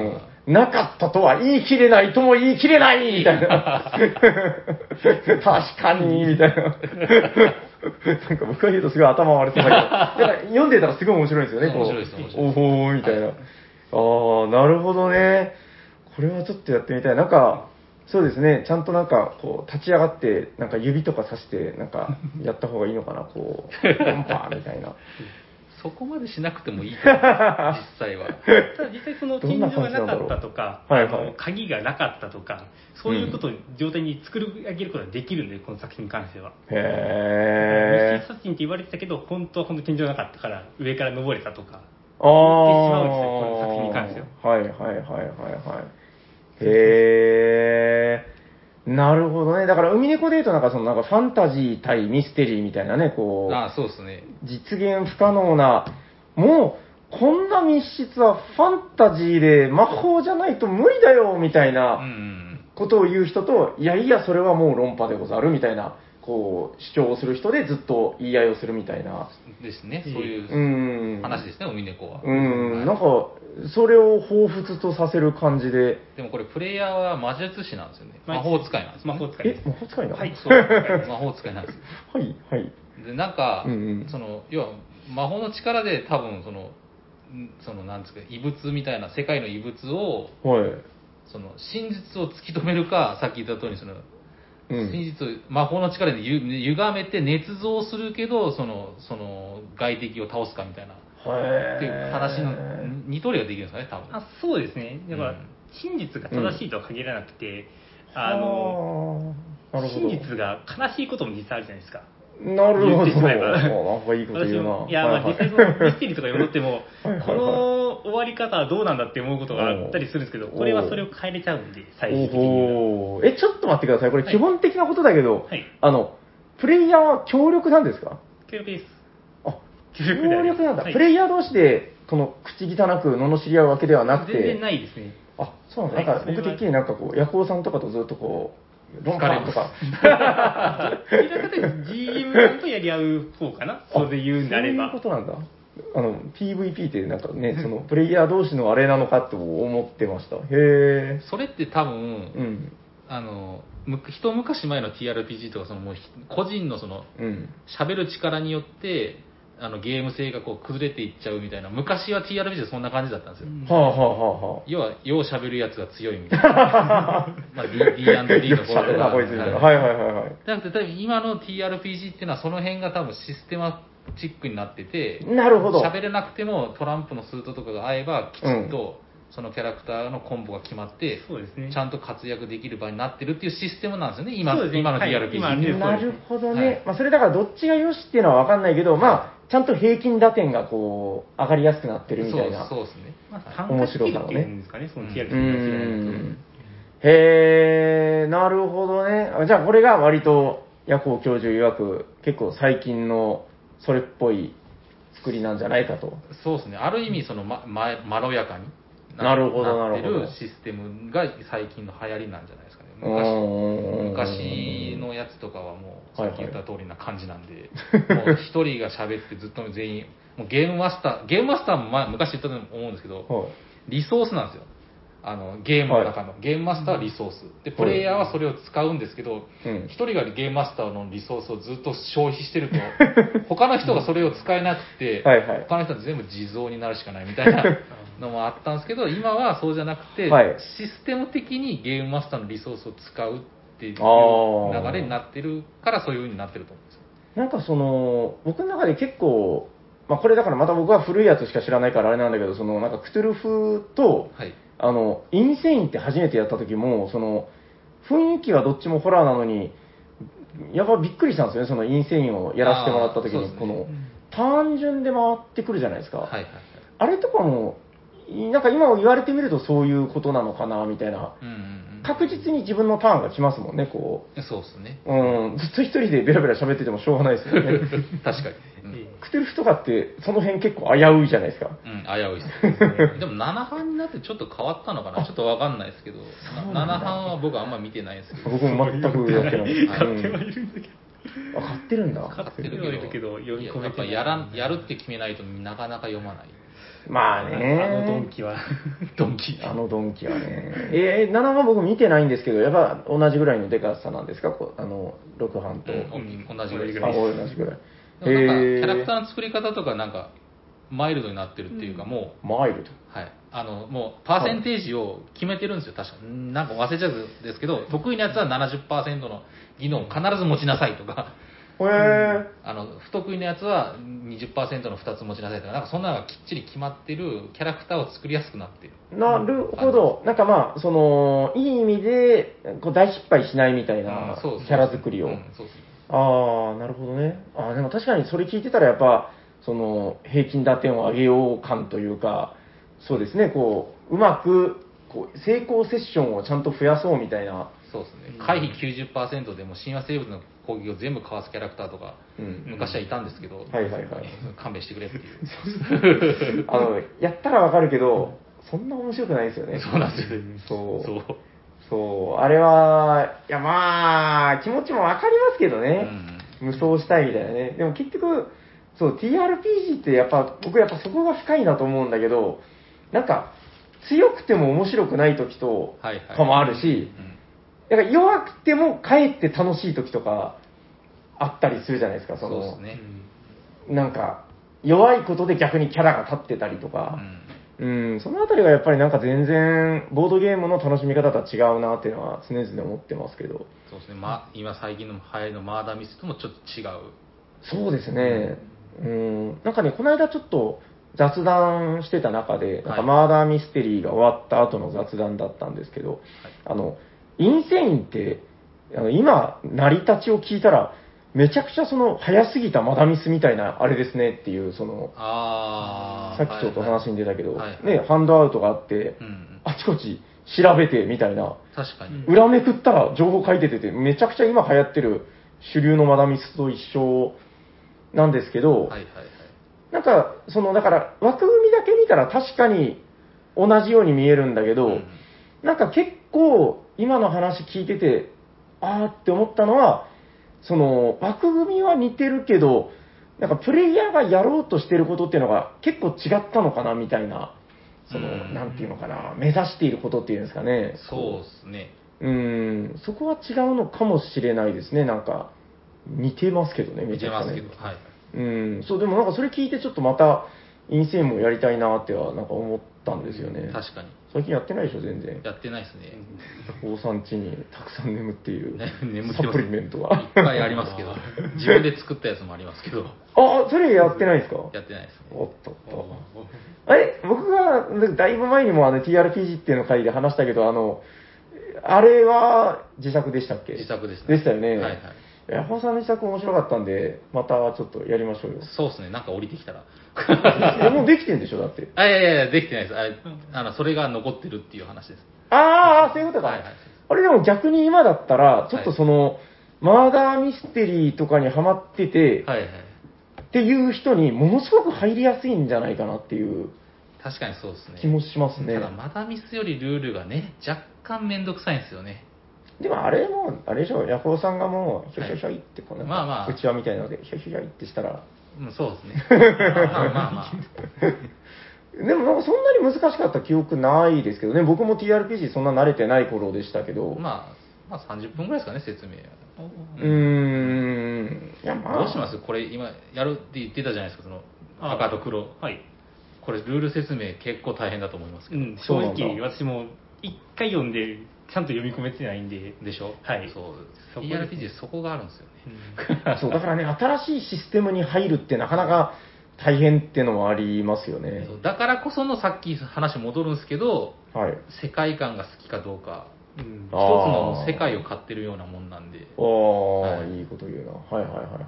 うん、なかったとは言い切れないとも言い切れないみたいな確かにみたいななんか僕が言うとすごい頭悪そうだけど、だから読んでたらすごい面白いんですよね。 面白いです、面白いです。おほーみたいな。はい、ああ、なるほどね。これはちょっとやってみたい。なんか、そうですね、ちゃんとなんか、こう、立ち上がって、なんか指とかさして、なんか、やった方がいいのかな、こう、ポンパーみたいな。 そこまでしなくてもいいと思う、実際は。 ただ実際その天井がなかったとか、はいはい、あの鍵がなかったとか、そういうことを状態に作り上げることができるんで、この作品に関しては。 へー。 密室殺人って言われてたけど、本当は本当に天井なかったから上から登れたとか、 あー、 言ってしまうんですよ、この作品に関しては。 はいはいはいはいはい。へー。なるほどね。だから海猫で言うとなんかそのなんかファンタジー対ミステリーみたいなね、こう。 ああ、そうですね。 実現不可能な、もうこんな密室はファンタジーで魔法じゃないと無理だよみたいなことを言う人と、いやいやそれはもう論破でござるみたいな、こう主張をする人でずっと言い合いをするみたいな。 ですね。そういう話ですね、海猫は。 うん、はい、なんかそれを彷彿とさせる感じで。 でもこれプレイヤーは魔術師なんですよね。魔法使いなんですよ、 ね。魔法使い。 え、魔法使いなの？ はい、そう。魔法使いなんですよ。 はいはい。 でなんか、 うんうん、 その要は魔法の力で多分そのそのなんですか異物みたいな世界の異物を、 はい。 その真実を突き止めるか、さっき言った通りその、 うん。 真実を魔法の力でゆ歪めて捏造するけど、そのその外敵を倒すかみたいなへっていう話の二通りができるんですかね、多分。 あそうですね。だから、 うん真実が正しいとは限らなくて、あの、 はあ、なるほど。 真実が悲しいことも実はあるじゃないですか。 なるほど。 言ってしまえばあなんかいいこと言うな。 私もいや、まあはいはい実際そのミステリーとか読んどっても、 はいはいはいこの終わり方はどうなんだって思うことがあったりするんですけど、これはそれを変えれちゃうんで、最終的には。 おーえ、ちょっと待ってください。これはい基本的なことだけど、 はいあの、プレイヤーは協力なんですか？ 協力です。 あ、 協力であります協力なんだ。 はいプレイヤー同士で、この口汚く罵り合うわけではなくて。 全然ないですね。 あ、そうなんだ。なんか僕はいそれはてっきりなんかこう、ヤコウさんとかとずっとこう、論破とか。 どちらかというと ジーエム さんとやり合う方かな、それで言うんであれば。 そういうことなんだ。あの、ピーブイピー ってなんかね、その、プレイヤー同士のあれなのかと思ってました。へえ。 それって多分、 うん。 あのむ一昔前の ティーアールピージー とかそのもうひ個人のそのうん。 喋る力によってあのゲーム性がこう崩れていっちゃうみたいな、昔は ティーアールピージー でそんな感じだったんですよ。 はあはあはあはあ。 要はよう喋るやつが強いみたいなまあ ディーアンドディー の頃喋るなとかこいつみたいな。 はいはいはいはいはい。 じゃなくて多分今の ティーアールピージー っていうのはその辺が多分システマチックになってて、 なるほど。 喋れなくてもトランプのスートとかが合えばきちっとそのキャラクターのコンボが決まって、 そうですね。 ちゃんと活躍できる場になってるっていうシステムなんですよね、今そうですね今の ティーアールピージー って。 はいなるほどね。 はいまあ、それだからどっちが良しっていうのは分かんないけど、まあ、ちゃんと平均打点がこう、上がりやすくなってるみたいな。 そうそうですね。 まあ、参加スキルっていうんですかね、その ティーアールピーうの違いだん。へー、なるほどね。あじゃあこれが割と、ヤコウ教授曰く、結構最近のそれっぽい作りなんじゃないかと。 とそうですね。ある意味そのまままろやかになるほどなってなるほどるシステムが最近の流行りなんじゃないですかね。 うーん昔昔のやつとかはもうさはいはいっき言った通りな感じなんで、もう一人が喋ってずっと全員もうゲームマスターゲームマスターも前昔言ったと思うんですけど、 はいリソースなんですよ。あのゲームの中の、ゲームマスターはリソースでプレイヤーはそれを使うんですけど、 うん一人がゲームマスターのリソースをずっと消費してると他の人がそれを使えなくて、 はいはい他の人は全部地蔵になるしかないみたいなのもあったんですけど、今はそうじゃなくて、 はいシステム的にゲームマスターのリソースを使うっていうあー流れになってるからそういう風になってると思うんですよ。 なんかその、僕の中で結構、まあこれだからまた僕は古いやつしか知らないからあれなんだけど、そのなんかクトゥルフと、 はいあの、インセインって初めてやった時も、その、雰囲気はどっちもホラーなのに、やっぱびっくりしたんですよね、そのインセインをやらせてもらった時に、 あーそうですねこの、単純で回ってくるじゃないですか。 はいはいはい。 あれとかも、なんか今言われてみるとそういうことなのかな、みたいな。 うんうんうん確実に自分のターンが来ますもんね、こそうですね。 う。うん、ずっと一人でベラベラ喋っててもしょうがないですよね。 確かに。うんえクトゥルフとかって、その辺結構危ういじゃないですか。 うん、危ういです。でも、なな班になってちょっと変わったのかなちょっとわかんないですけど、 そうなんだなな班は僕あんま見てないですけど、 僕も全くやってない。 はいうん買ってはいるんだけど。 あ、買ってるんだ。 買ってるはいるけど読み込めてないやっぱやらんやるって決めないとなかなか読まない。 まあね。 あのドンキは。 ドンキ。 あのドンキはね。えー、ななは僕見てないんですけど、やっぱ同じぐらいのデカさなんですかこうあの、ろく班と。 うんうん同じぐらいですあ、 同じぐらい同じぐらい。 でもなんか、 へーキャラクターの作り方とかなんか、マイルドになってるっていうか、もう、 マイルド。 はい。あの、もう、パーセンテージを決めてるんですよ、確か。なんか忘れちゃうんですけど、得意なやつはななじゅっパーセントの技能を必ず持ちなさいとか、 へー。 あの、不得意なやつはにじゅっパーセントのふたつ持ちなさいとか、なんかそんなのがきっちり決まってるキャラクターを作りやすくなってる。 なるほど。なんかまあ、その、いい意味で、こう大失敗しないみたいなそうそうキャラ作りを。 うんそうそうああ、なるほどね。ああ、でも確かにそれ聞いてたらやっぱ、その、平均打点を上げよう感というか、そうですね、こう、うまく、こう、成功セッションをちゃんと増やそうみたいな。 そうですね。回避きゅうじゅっパーセントでも神話生物の攻撃を全部かわすキャラクターとか、 うん昔はいたんですけど、 はいはいはい。 勘弁してくれっていう。 あの、やったらわかるけど、そんな面白くないですよね。 そうなんですよ。 そう。 そう。 そう。あれは、いやまあ、気持ちもわかりますけどね。無双したいみたいなね。でも結局、そう、ティーアールピージー ってやっぱ、僕やっぱそこが深いなと思うんだけど、なんか、強くても面白くない時とはいはいかもあるし、 うんだから弱くてもかえって楽しい時とかあったりするじゃないですか、その、 そうですね。 なんか、 弱いことで逆にキャラが立ってたりとか、うん、うん、そのあたりがやっぱりなんか全然、ボードゲームの楽しみ方とは違うなっていうのは常々思ってますけど。 そうですね、ま、今最近の流行りのマーダーミスともちょっと違う。 そうですね、うん、なんかね、この間ちょっと雑談してた中で、なんかマーダーミステリーが終わった後の雑談だったんですけど、はい、あの、インセインって、あの今、成り立ちを聞いたら、めちゃくちゃその早すぎたマダミスみたいなあれですねっていう、その、 あさっきちょっと話に出たけど、 はいはい、 ね、ハンドアウトがあって、うん、あちこち調べてみたいな、 確かに裏めくったら情報書いててて、めちゃくちゃ今流行ってる主流のマダミスと一緒なんですけど、はいはいはい、なんか、その、だから枠組みだけ見たら確かに同じように見えるんだけど、うん、なんか結構今の話聞いてて、あーって思ったのは、その枠組みは似てるけど、なんかプレイヤーがやろうとしてることっていうのが結構違ったのかなみたいな、その、なんていうのかな、目指していることっていうんですかね。 そうですね。 うん、そこは違うのかもしれないですね、なんか。似てますけどね、めちゃくちゃね。 似てますけど、はい。 うん、そう、でもなんかそれ聞いてちょっとまた、インセインもやりたいなってはなんか思ったんですよね。 確かに。 最近やってないでしょ、全然。 やってないですね。 大さん家にたくさん眠っている、 ね、眠ってサプリメントが。 いっぱいありますけど、自分で作ったやつもありますけど。 あ、それやってないですか？ やってないですね。 おっとっと。あれ、僕がだいぶ前にもあの ティーアールピージー っていうの回で話したけど、あの、あれは自作でしたっけ？ 自作でした、 ね。でしたよね。はいはい。ヤホーさんの自作面白かったんで、またちょっとやりましょうよ。 そうですね、なんか降りてきたら。 え、もうできてんでしょ、だって。 あ、いやいやいや、できてないです。あれ、あの、それが残ってるっていう話です。 ああ、そういうことか。はいはい、あれでも逆に今だったら、ちょっとその、はい、マーダーミステリーとかにハマってて、はいはい、っていう人にものすごく入りやすいんじゃないかなっていう。 確かにそうですね。 気もしますね。 ただ、マダミスよりルールがね、若干めんどくさいんですよね。 でもあれも、あれでしょ、ヤホーさんがもう、ひょひょひょいって、こうなんまあまあ、 うちわみたいなので、ひょひょひょいってしたら。 うん、そうですね。まあまあまあ。 でもなんかそんなに難しかった記憶ないですけどね、僕も ティーアールピージー そんな慣れてない頃でしたけど。 まあ、まあさんじゅっぷんぐらいですかね、説明。 うーん。いや、まあ。 どうしますこれ今、やるって言ってたじゃないですか、その、赤と黒。はい。これ、ルール説明結構大変だと思いますけど。うん、 正直、私も一回読んで、ちゃんと読み込めてないんで。 でしょはい。 そう。ティーアールピージー そこがあるんですよね。うん、そう、だからね、新しいシステムに入るってなかなか大変っていうのもありますよね。 だからこそのさっき話戻るんですけど、 はい、 世界観が好きかどうか、うん、一つの世界を買ってるようなもんなんで。 ああ、はい、いいこと言うな。はいはいはいはい。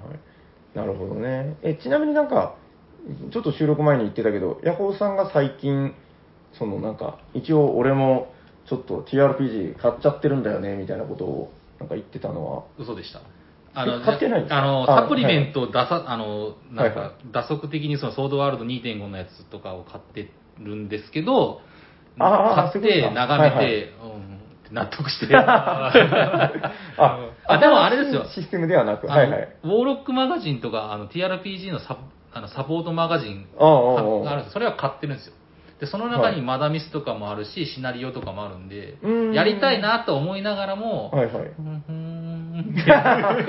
なるほどね。え、ちなみになんか、ちょっと収録前に言ってたけど、ヤホーさんが最近、そのなんか、一応俺も、ちょっと ティーアールピージー 買っちゃってるんだよねみたいなことをなんか言ってたのは嘘でした。あの買ってないんですか？ あのサプリメントを出さ、あのなんか打足的にそのソードワールド にてんご のやつとかを買ってるんですけど、買って眺めて、はいはい、うん、納得してああでもあれですよ、 システムではなく、 はいはい、ウォーロックマガジンとかあの ティーアールピージー のサあのサポートマガジンがあるんですよ。それは買ってるんですよ。でその中にマダミスとかもあるし、はい、シナリオとかもあるんで、んやりたいなと思いながらも、はいはい、ふんふんって、ふ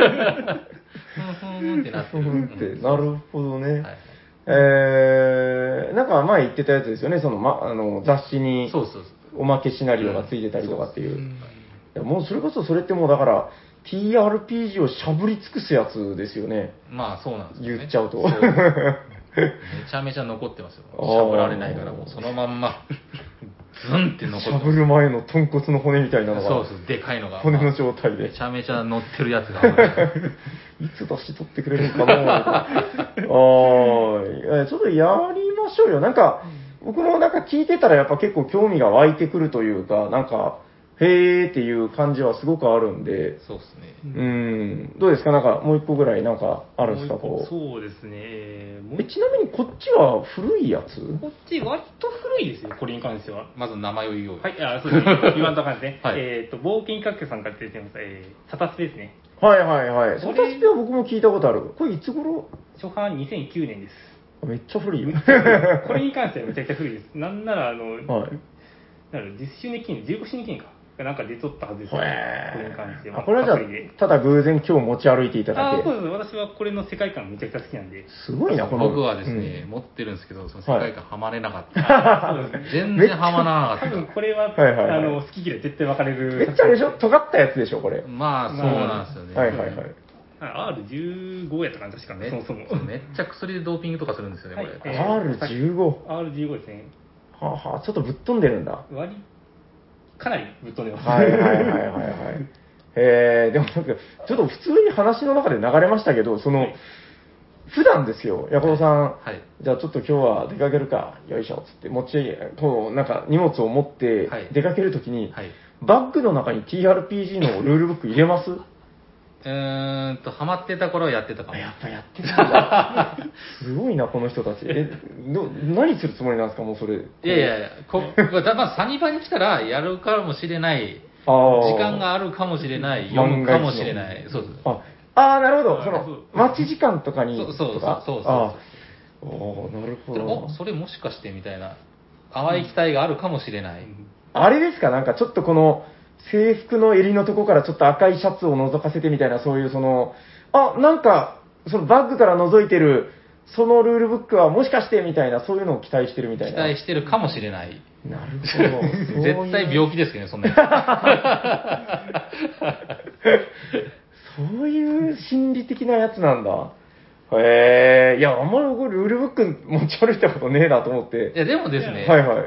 んふんってなってる。 ってなるほどね。はい、えー、なんか前言ってたやつですよね、その、ま、あの雑誌におまけシナリオがついてたりとかっていう。うんそうそうもうそれこそそれってもうだから、ティーアールピージー をしゃぶり尽くすやつですよね。 まあそうなんですよね。 言っちゃうと。 めちゃめちゃ残ってますよ。しゃぶられないから、もうそのまんま、ズンって残ってます。 しゃぶる前の豚骨の骨みたいなのが。 そうそう、でかいのが。 骨の状態で。 めちゃめちゃ乗ってるやつが。 いつ出し取ってくれるのかなあー、ちょっとやりましょうよ。なんか、僕もなんか聞いてたらやっぱ結構興味が湧いてくるというか、なんか、へーっていう感じはすごくあるんで。 そうですね。 うん。どうですかなんかもう一個ぐらいなんかあるんですかこう。 そうですね。 えちなみにこっちは古いやつこっち割と古いですよ、これに関しては。 まず名前を言おうよ。 はい、あ、そうですね。言わんとあかんですね。はい、えっ、ー、と、冒険企画さんから出てます、えー、サタスペですね。 はいはいはい。サタスペは僕も聞いたことある。これいつ頃？ 初版にせんきゅうねんです。 めっちゃ古いよ。 これに関してはめちゃくちゃ古いです。なんなら、あの、はい、なるじゅっしゅうねん記念、じゅうごしゅうねん記念か。 なんか出とったはずですね。これに関しては。 あ、これはじゃあ、ただ偶然今日持ち歩いていただけ。 あ、そうです。私はこれの世界観めちゃくちゃ好きなんで。 すごいな、この。 僕はですね、うん、持ってるんですけど、その世界観はまれなかった。はい、全然はまらなかった。 多分これは、はいはいはい、あの、好き嫌い絶対分かれる。 めっちゃあれでしょ尖ったやつでしょ、これ。 まあ、そうなんですよね。 はいはいはい。 アールじゅうご やったかな、確かね、そもそも。 めっちゃ薬でドーピングとかするんですよね、これ。 はいえー、 アールじゅうご。 アールじゅうご ですね。 はあはあ、ちょっとぶっ飛んでるんだ。 割かなりぶっ飛んでます。 はいはいはいはいはい。えー、でもなんか、ちょっと普通に話の中で流れましたけど、その、はい、普段ですよ、ヤコウさん、はい、じゃあちょっと今日は出かけるか、よいしょ、つって持ち、こう、なんか荷物を持って出かけるときに、はいはい、バッグの中に ティーアールピージー のルールブック入れますうーんと、ハマってた頃はやってたかも。 やっぱやってたんだ。すごいな、この人たち。え、ど何するつもりなんですか、もうそれ。いやいやいや、こだまあ、サニバに来たらやるかもしれない、時間があるかもしれない、読むかもしれない。そうです。 ああ、なるほど。その、待ち時間とかに。 そうそうそうそうそうおなるほど。 お、それもしかしてみたいな、淡い期待があるかもしれない。 あれですか、なんかちょっとこの、制服の襟のとこからちょっと赤いシャツを覗かせてみたいな、そういうその、あ、なんか、そのバッグから覗いてる、そのルールブックはもしかしてみたいな、そういうのを期待してるみたいな。 期待してるかもしれない。 なるほど。 絶対病気ですけどね、そんなそういう心理的なやつなんだ。へえー、いや、あんまり僕ルールブック持ち歩いたことねえなと思って。 いや、でもですね。 はいはい。はい、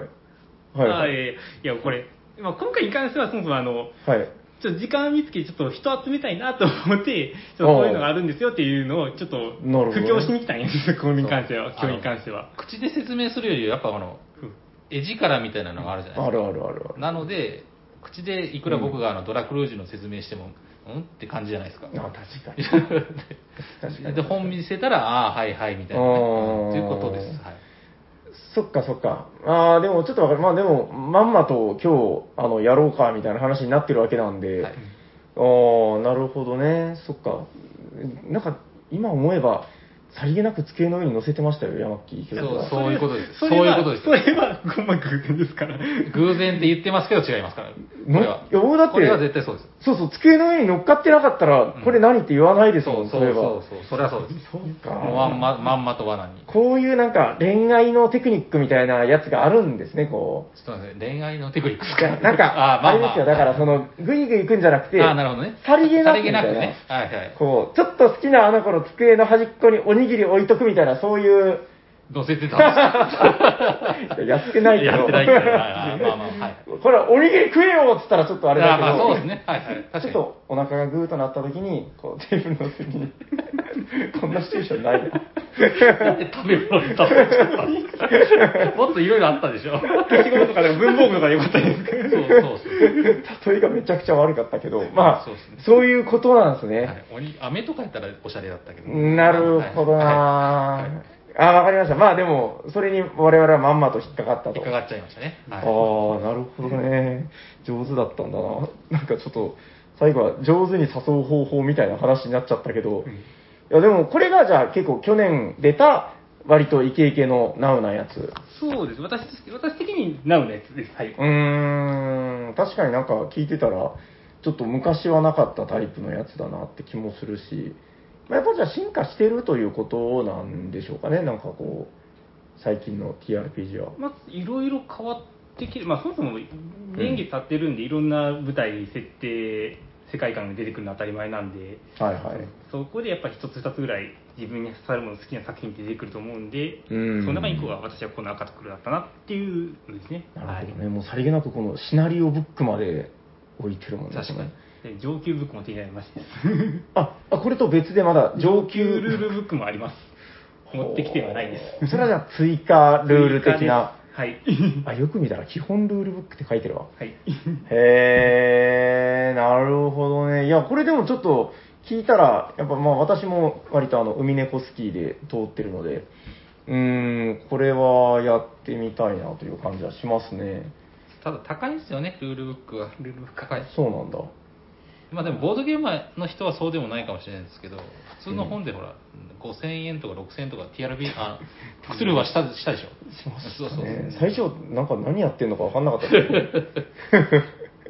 はい。いや、これ、まあ、今回に関しては、そもそもあの、はい、ちょっと時間見つけ、ちょっと人集めたいなと思って、ちょっとこういうのがあるんですよっていうのを、ちょっと、布教しに来たんです、これに関しては、今日に関しては。 口で説明するより、やっぱあの、絵力みたいなのがあるじゃないですか。 あるあるあるある。 なので、口でいくら僕があのドラクルージュの説明しても、うんって感じじゃないですか。 あ、確かに。確かに。で、本見せたら、ああ、はいはいみたいな、ね。ということです。はい。 そっかそっか。ああ、でもちょっとわかる。まあでも、まんまと今日、あの、やろうかみたいな話になってるわけなんで、はい、ああ、なるほどね。そっか。なんか、今思えば、さりげなく机の上に乗せてましたよ、ヤマッキー。 そう、そういうことです。 そういうことです。それは、ごま偶然ですから。 偶然って言ってますけど違いますから。これは。 いや、僕だって、 これは絶対そうです。 そうそう、机の上に乗っかってなかったら、これ何って言わないですもん、 そうそうそうそう、それはそうです。 そうか。 まんま、まんまと罠に。 こういうなんか、恋愛のテクニックみたいなやつがあるんですね、こう。ちょっとね、恋愛のテクニックいや、なんか、あ、まあ、あれですよ、だからその、ぐいぐい行くんじゃなくて、 あ、なるほどね。 さりげなくみたいな。 さりげなくね。はいはい。 こう、ちょっと好きなあの子の机の端っこにおにぎり置いとくみたいな、そういう、 乗せてたんですかやってないけど。 やってないけど。まあまあ、はい。 これ、おにぎり食えよっつったらちょっとあれだけど。 まあそうですね。はいはい。 ちょっとお腹がグーとなった時に、こう、テーブルの上に、こんなシチュエーションないな。 なんで食べ物に食べちゃったんですかもっといろいろあったでしょ。 消しゴムとかでも文房具とかでよかったですけど。そうそうそう。 例えがめちゃくちゃ悪かったけど、まあ、そうですね、そういうことなんですね。はい、 おに飴とかやったらおしゃれだったけど。 なるほどな、はいはいあ、わかりました。まあでも、それに我々はまんまと引っかかったと。 引っかかっちゃいましたね。 はい、ああ、なるほどね。上手だったんだな。なんかちょっと、最後は上手に誘う方法みたいな話になっちゃったけど、うん、いやでもこれがじゃあ結構去年出た、割とイケイケのナウなやつ。 そうです。私、私的にナウなやつです。はい。 うーん、確かになんか聞いてたら、ちょっと昔はなかったタイプのやつだなって気もするし、やっぱじゃあ進化してるということなんでしょうかね、なんかこう、最近の ティーアールピージー は。 まあ、いろいろ変わってきて、まあ、そもそも年月経ってるんで、うん、いろんな舞台、設定、世界観が出てくるのは当たり前なんで、 はいはい、 そこでやっぱり一つ二つぐらい自分に刺さるもの好きな作品って出てくると思うんで、うん、その中にこう私はこの赤と黒だったなっていうのですね。 なるほどね、はい、もうさりげなくこのシナリオブックまで置いてるもんね。 確かに。上級ブックも手に入りましたああ、これと別でまだ上級ルールブックもあります。持ってきてはないです。 それはじゃあ追加ルール的な。 はい。 あ、よく見たら基本ルールブックって書いてるわ。 はい。 へー、なるほどね。いや、これでもちょっと聞いたら、やっぱまあ私も割とあの、海猫スキーで通ってるので、うーん、これはやってみたいなという感じはしますね。 ただ高いですよね、ルールブックは。 ルールブック高い。 そうなんだ。 まあでもボードゲームの人はそうでもないかもしれないですけど、普通の本でほら、ごせんえんとかろくせんえんとか ティーアールビー、あ、複数はしたしたでしょ。 しましたね。最初なんか何やってんのか分かんなかったです、ね。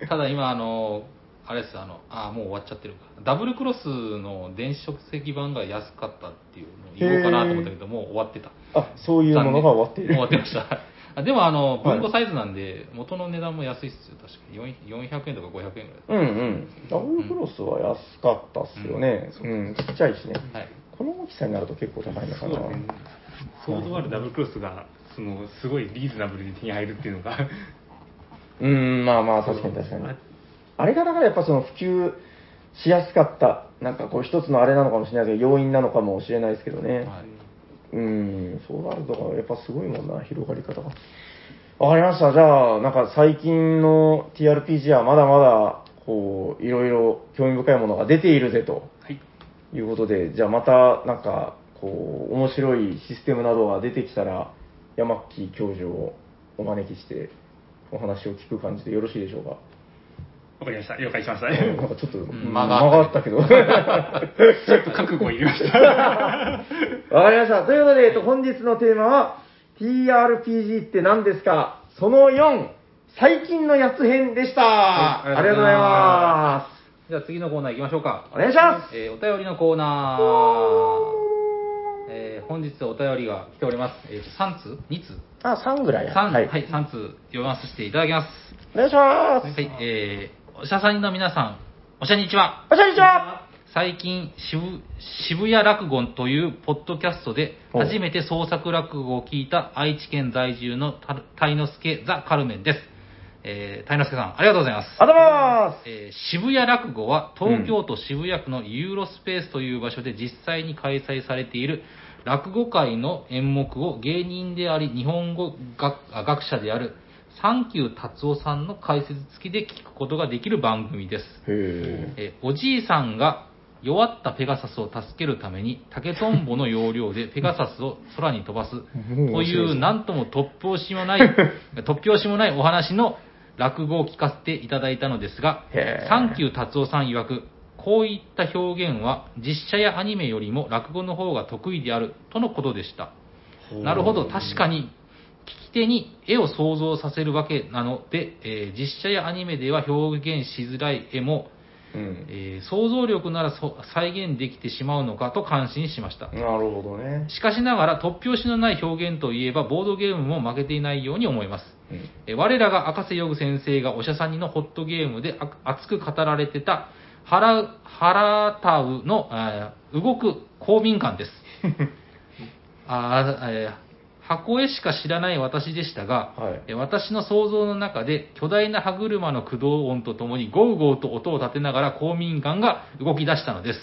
ただ今、あの、あれです、あの、あ、もう終わっちゃってるか。ダブルクロスの電子書籍版が安かったっていうのを言おうかなと思ったけど、もう終わってた。 あ、そういうものが終わっている。 終わってました。あでも、あの、文庫サイズなんで、元の値段も安いっすよ、確かに。よんひゃくえんとかごひゃくえんぐらい。 うんうん。ダブルクロスは安かったっすよね。うん、うん、ちっちゃいしね。はい、この大きさになると結構高いのかな。 ソードワールドダブルクロスが、その、すごいリーズナブルに手に入るっていうのが。 うん、まあまあ、確かに確かに。あれがだからやっぱその普及しやすかった、なんかこう一つのあれなのかもしれないけど、要因なのかもしれないですけどね。はい、うん、そうなるとやっぱすごいもんな、広がり方が。わかりました。じゃあ、なんか最近の ティーアールピージー はまだまだ、こう、いろいろ興味深いものが出ているぜと。はい。いうことで、じゃあまた、なんか、こう、面白いシステムなどが出てきたら、山木教授をお招きして、お話を聞く感じでよろしいでしょうか。 わかりました。了解しました。なんかちょっと間があったけど。ちょっと覚悟いりました。わかりました。ということで、えっと、本日のテーマは、ティーアールピージー って何ですか？そのよん、最近のやつ編でした。はい、ありがとうございます。 じゃあ次のコーナー行きましょうか。 お願いします。 えー、お便りのコーナー。えー、本日お便りが来ております。えー、さん通 ?に 通あ、さんぐらい。 さん、はい、はい、さん通読まさせていただきます。 お願いします。 はい、えー、おしゃさんの皆さん、おしゃにちは。 おしゃにちは。 最近渋、渋谷落語というポッドキャストで初めて創作落語を聞いた愛知県在住のタイノスケザ・カルメンです。えー、タイノスケさん、ありがとうございます。 ありがとうございます。 えー、渋谷落語は東京都渋谷区のユーロスペースという場所で実際に開催されている落語界の演目を芸人であり日本語 学, 学者であるサンキュー達夫さんの解説付きで聞くことができる番組です。 へえー、おじいさんが弱ったペガサスを助けるために竹とんぼの要領でペガサスを空に飛ばすというなんとも突拍子もない突拍子もないお話の落語を聞かせていただいたのですが、サンキュー達夫さん曰く、こういった表現は実写やアニメよりも落語の方が得意であるとのことでした。なるほど、確かに聞き手に絵を想像させるわけなので、えー、実写やアニメでは表現しづらい絵もうんえー、想像力なら再現できてしまうのかと感心しました。 なるほどね。 しかしながら突拍子のない表現といえばボードゲームも負けていないように思います。うん、え我らが赤瀬ヨグ先生がおしゃさんにのホットゲームで熱く語られてたハラハラタウの動く公民館です。あえー箱絵しか知らない私でしたが、はい、私の想像の中で巨大な歯車の駆動音とともにゴウゴウと音を立てながら公民館が動き出したのです。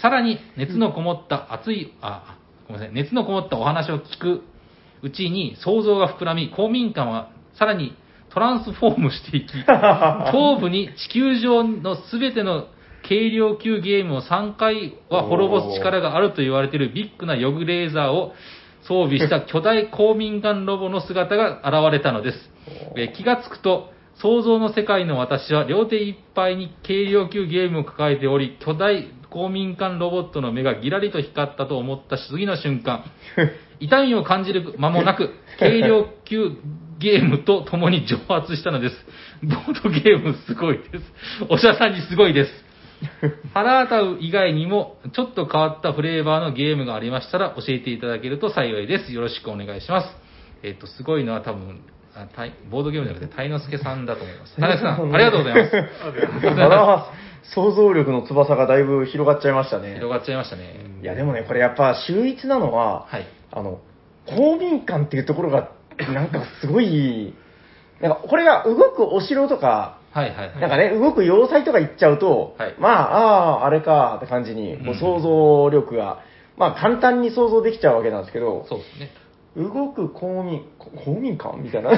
さらに熱のこもった熱いあごめんなさい熱のこもったお話を聞くうちに想像が膨らみ、公民館はさらにトランスフォームしていき、頭部に地球上のすべての軽量級ゲームをさんかいは滅ぼす力があると言われているビッグなヨグレーザーを装備した巨大公民館ロボの姿が現れたのです。え気がつくと想像の世界の私は両手いっぱいに軽量級ゲームを抱えており、巨大公民館ロボットの目がギラリと光ったと思った次の瞬間、痛みを感じる間もなく軽量級ゲームと共に蒸発したのです。ボードゲームすごいです。おしゃさんにすごいです。ハラータウ以外にもちょっと変わったフレーバーのゲームがありましたら教えていただけると幸いです。よろしくお願いします。えっ、ー、とすごいのは多分ボードゲームじゃなくてタイノスケさんだと思います。タイノスケさんありがとうございます。ありがとうございます。 想像力の翼がだいぶ広がっちゃいましたね。 広がっちゃいましたね。 いやでもねこれやっぱ秀逸なのは、はい、あの公民館っていうところがなんかすごいなんかこれが動くお城とか。 はいはいはい、 なんかね、動く要塞とか行っちゃうと、はい、まあ、ああ、あれかって感じに、こう想像力が、うん、まあ簡単に想像できちゃうわけなんですけど、 そうですね。 動く公民、公民館みたいな。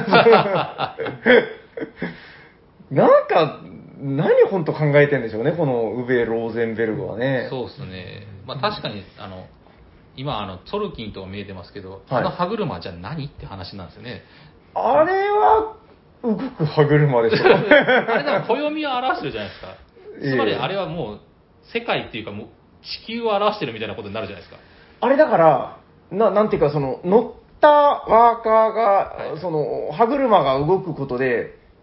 なんか、何本当考えてんでしょうね、このウベ・ローゼンベルグはね。 そうですね。まあ確かに、あの、今、あの、ツォルキンとか見えてますけど、はい、あの歯車じゃ何って話なんですよね。 あれは、動く歯車でしょ。 あれでも暦を表してるじゃないですか。つまりあれはもう世界っていうかもう地球を表してるみたいなことになるじゃないですか。 あれだからななんていうかその乗ったワーカーが、はい、その歯車が動くことで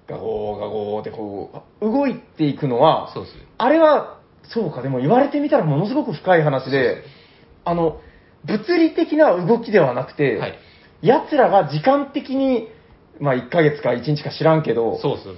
ガゴーガゴーってこう、動いていくのは、 そうです。 あれは、そうか、でも言われてみたらものすごく深い話で、あの、物理的な動きではなくて、はい、奴らが時間的に、まあいっかげつかいちにちか知らんけど、 そうそう。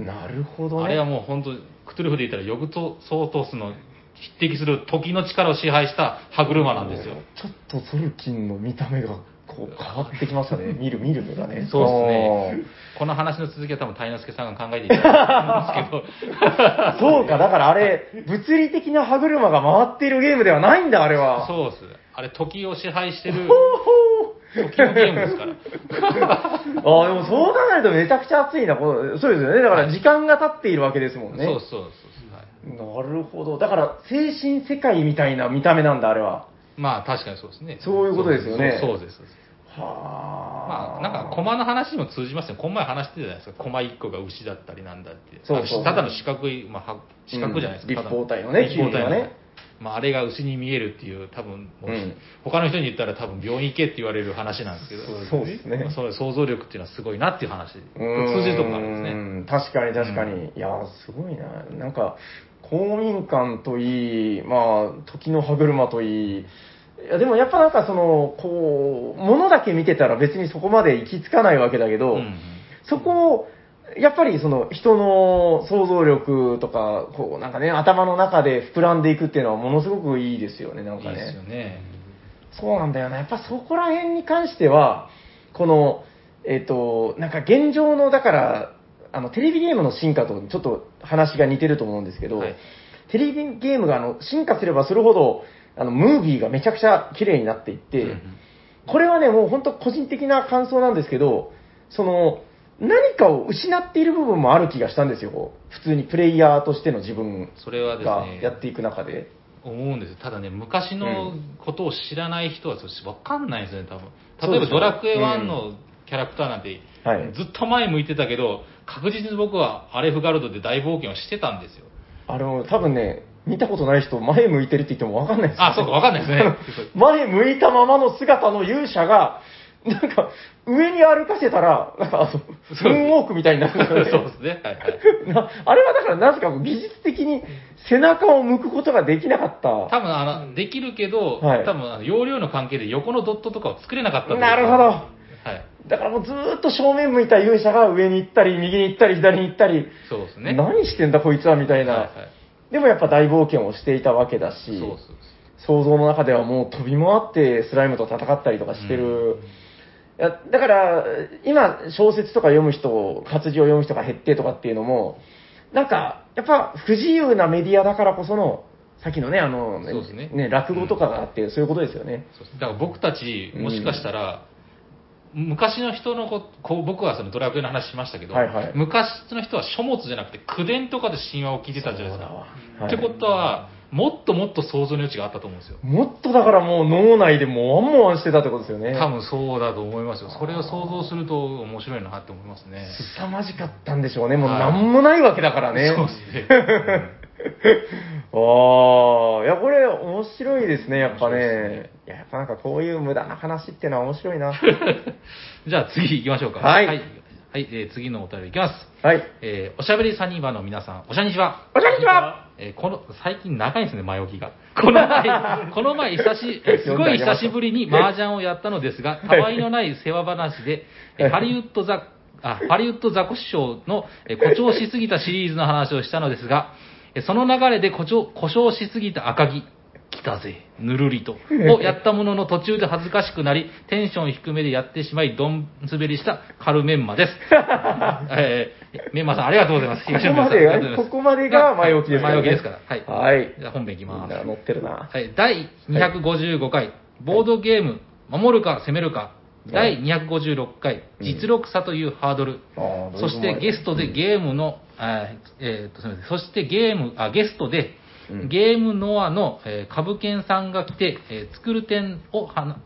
なるほどね。 あれはもう本当、クトゥルフで言ったらヨグトソートスの匹敵する時の力を支配した歯車なんですよ。 ちょっとソルキンの見た目がこう変わってきましたね。見る見る目がね。 そうですね。この話の続きは多分、鯛之助さんが考えていただいてるんですけど。そうか、だからあれ、物理的な歯車が回っているゲームではないんだ、あれは。 そうです。あれ、時を支配してる。時のゲームですから。 ああ、でもそう考えるとめちゃくちゃ熱いな。そうですよね。だから時間が経っているわけですもんね。 そうそうそう。 なるほど。だから、精神世界みたいな見た目なんだ、あれは。 まあ、確かにそうですね。 そういうことですよね。 そうです。 はあ。まあ、なんか、駒の話にも通じますよ。この前話してたじゃないですか。駒いっこが牛だったりなんだって。そうそう。ただの四角い、まあ、四角じゃないですか。 立方体のね、 立方体のね。まあ、あれが牛に見えるっていう、多分、うん、他の人に言ったら多分病院行けって言われる話なんですけど、 そうですね。 そういう想像力っていうのはすごいなっていう話。通じるところがあるんですね。確かに確かに。うん、いや、すごいな。なんか、公民館といい、まあ、時の歯車といい、いや、でもやっぱなんかその、こう、物だけ見てたら別にそこまで行き着かないわけだけど、うん、そこを、やっぱりその人の想像力とか、こうなんかね、頭の中で膨らんでいくっていうのはものすごくいいですよね、なんかね。 いいですよね。 そうなんだよな。やっぱそこら辺に関しては、この、えっと、なんか現状の、だから、あの、テレビゲームの進化とちょっと話が似てると思うんですけど、はい、テレビゲームがあの進化すればするほど、あの、ムービーがめちゃくちゃ綺麗になっていって、うんうん、これはね、もう本当個人的な感想なんですけど、その、何かを失っている部分もある気がしたんですよ。普通にプレイヤーとしての自分がやっていく中で。 思うんですよ。ただね、昔のことを知らない人は分かんないですね、多分。例えばドラクエワンのキャラクターなんて、うんはい、ずっと前向いてたけど、確実に僕はアレフガルドで大冒険をしてたんですよ。 あの、多分ね、見たことない人、前向いてるって言っても分かんないです、 ね。あ、そうか、分かんないですね。 前向いたままの姿の勇者が、なんか、上に歩かせたら、なんか、ムーンウォークみたいになるんですよね。 そうですね。はいはい、 なあれはだから、なぜか技術的に背中を向くことができなかった。 多分、あの、できるけど、はい、多分、容量の関係で横のドットとかを作れなかった。 なるほど。はい。だからもうずーっと正面向いた勇者が上に行ったり、右に行ったり、左に行ったり。 そうですね。 何してんだこいつはみたいな。はいはい、でもやっぱ大冒険をしていたわけだし、そうそうそう、想像の中ではもう飛び回ってスライムと戦ったりとかしてる。うん、いやだから、今、小説とか読む人、活字を読む人が減ってとかっていうのも、なんか、やっぱ不自由なメディアだからこその、さっきのね、あの、そうですね、ね、落語とかがあって、うん、そういうことですよね。 そうです。だから僕たち、もしかしたら、うん、昔の人のここう僕はそのドラクエの話しましたけど、はいはい、昔の人は書物じゃなくて口伝とかで神話を聞いてたじゃないですか。はい、ってことは、もっともっと想像の余地があったと思うんですよ。 もっとだからもう脳内でもワンもワンしてたってことですよね。 多分そうだと思いますよ。それを想像すると面白いなって思いますね。 凄まじかったんでしょうね。もうなんもないわけだからね。 そうですね。 うん、ああ、いやこれ面白いですね、やっぱね。いや、やっぱなんかこういう無駄な話っていうのは面白いな。 じゃあ次行きましょうか。 はい。はいはい、えー、次のお便りいきます。 はい。 えー、おしゃべりサニーバーの皆さん、おしゃにちは。 おしゃにちは。 えー、この、最近長いですね、前置きが。この前、この前、久し、すごい久しぶりに麻雀をやったのですが、たわいのない世話話で、えー、ハリウッドザ、あ、ハリウッドザコシショウの、えー、誇張しすぎたシリーズの話をしたのですが、えー、その流れで誇張、故障しすぎた赤木。来たぜ、ぬるりと。をやったものの途中で恥ずかしくなり、テンション低めでやってしまい、どん滑りしたカルメンマです。えー、メンマさんありがとうございます。 ここまでが、ここまでが前置きですから、 ね。前置きですから。はい。はい。じゃあ本編いきます。 乗ってるな。 はい。だいにひゃくごじゅうごかい、はい、ボードゲーム、守るか攻めるか。だいにひゃくごじゅうろっかい、実力差というハードル。うん、そしてゲストでゲームの、あえー、っと、すみません。そしてゲーム、あ、ゲストで、ゲームノアの、えー、株券さんが来て、えー、作る点をはな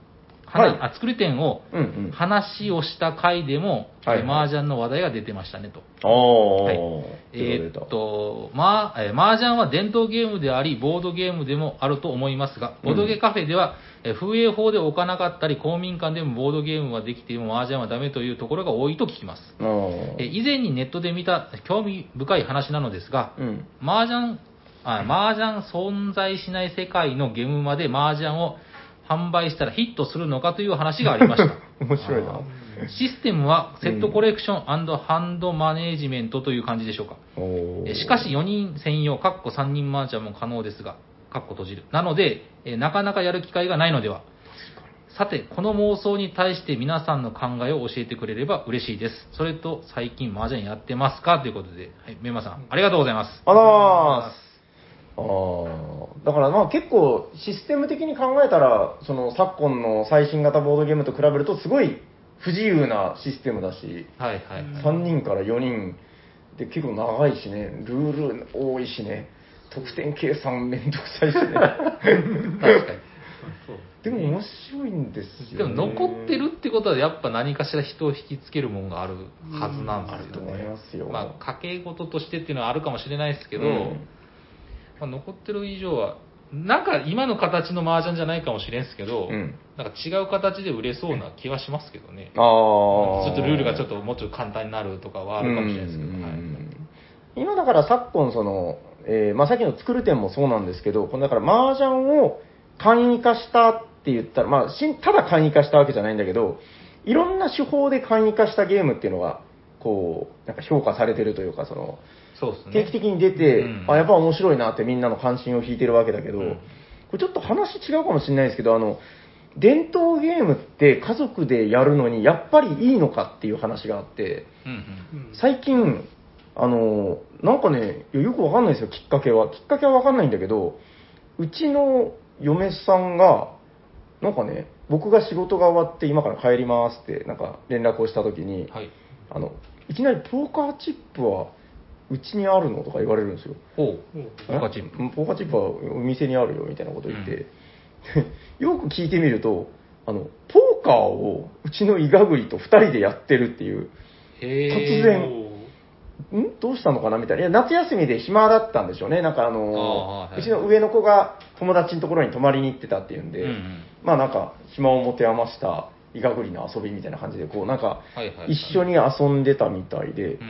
はい、あ作り点を話をした回でも、 はい、 麻雀の話題が出てましたねと。 はい、 えー、っと、まあ、えー、麻雀は伝統ゲームであり、ボードゲームでもあると思いますが、ボードゲカフェでは、うん、えー、風営法で置かなかったり、公民館でもボードゲームはできても麻雀はダメというところが多いと聞きます。えー、以前にネットで見た興味深い話なのですが、うん、麻雀、あ、麻雀存在しない世界のゲームまで麻雀を販売したらヒットするのかという話がありました。 面白いな。 システムはセットコレクション&ハンドマネージメントという感じでしょうか。うん、しかしよにん専用、かっこさんにん麻雀も可能ですが、かっこ閉じる。なので、なかなかやる機会がないのでは。さて、この妄想に対して皆さんの考えを教えてくれれば嬉しいです。それと、最近麻雀やってますかということで、はい、メンマさん、ありがとうございます。 あらー。あだからまあ結構システム的に考えたら、その昨今の最新型ボードゲームと比べるとすごい不自由なシステムだし、 はいはいはい、 さんにんからよにんで結構長いしね、ルール多いしね、得点計算めんどくさいしね。確かに。でも面白いんですよ、ね。 でも残ってるってことはやっぱ何かしら人を引きつけるものがあるはずなんですよね。あると思いますよ。まあ家計事としてっていうのはあるかもしれないですけど、うんまあ、残ってる以上は、なんか今の形の麻雀じゃないかもしれんすけど、うん、なんか違う形で売れそうな気はしますけどね。ああ。ちょっとルールがちょっともうちょっと簡単になるとかはあるかもしれないですけど。はい、 今だから昨今その、えー、まあさっきの作る点もそうなんですけど、このだから麻雀を簡易化したって言ったら、まあただ簡易化したわけじゃないんだけど、いろんな手法で簡易化したゲームっていうのが、こう、なんか評価されてるというか、その、 そうですね、 定期的に出て、うん、あ、やっぱ面白いなってみんなの関心を引いてるわけだけど、うん、これちょっと話違うかもしれないですけど、あの、伝統ゲームって家族でやるのにやっぱりいいのかっていう話があって、うんうん、最近、あの、なんかね、よくわかんないですよ、きっかけは。きっかけはわかんないんだけど、うちの嫁さんが、なんかね、僕が仕事が終わって今から帰りますって、なんか連絡をしたときに、はい、あの、いきなりポーカーチップは、うちにあるのとか言われるんですよ。 ほう。ポーカーチップ。 ポーカーチップはお店にあるよみたいなこと言って、うん、よく聞いてみると、あの、ポーカーをうちのイガグリとふたりでやってるっていう、突然、んどうしたのかなみたいな。いや、夏休みで暇だったんでしょうね。なんかあの、あはい、うちの上の子が友達のところに泊まりに行ってたっていうんで、うんうん、まあなんか暇を持て余したイガグリの遊びみたいな感じで、こうなんか一緒に遊んでたみたいで、はいはいはい、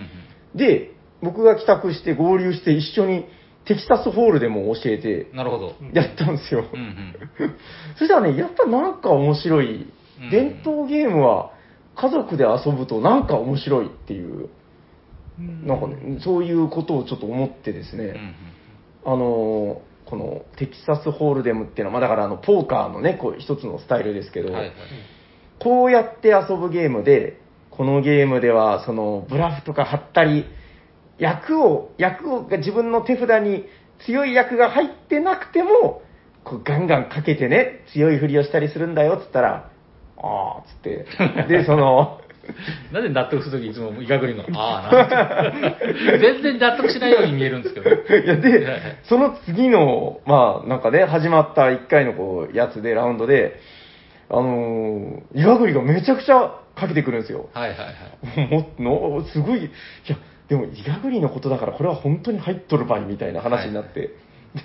で、僕が帰宅して合流して一緒にテキサスホールでも教えて、 なるほど。 やったんですよ。うんうん、そしたらね、やっぱなんか面白い。伝統ゲームは家族で遊ぶとなんか面白いっていう、なんかね、そういうことをちょっと思ってですね、うんうん、あの、このテキサスホールデムっていうのは、まあ、だからあの、ポーカーのね、こう一つのスタイルですけど、はいはい、こうやって遊ぶゲームで、このゲームでは、その、ブラフとか張ったり、役を、役を、自分の手札に強い役が入ってなくても、こうガンガンかけてね、強いふりをしたりするんだよ、つったら、あー、つって。で、その、 なぜ納得するときいつもイガグリの、あーなんて。全然納得しないように見えるんですけど。 いや、で、その次の、まあ、なんかね、始まったいっかいのこう、やつで、ラウンドで、あのー、イガグリがめちゃくちゃかけてくるんですよ。 はいはいはい。 もの、すごい、いや、でも、イガグリのことだから、これは本当に入っとるばいみたいな話になって、はい、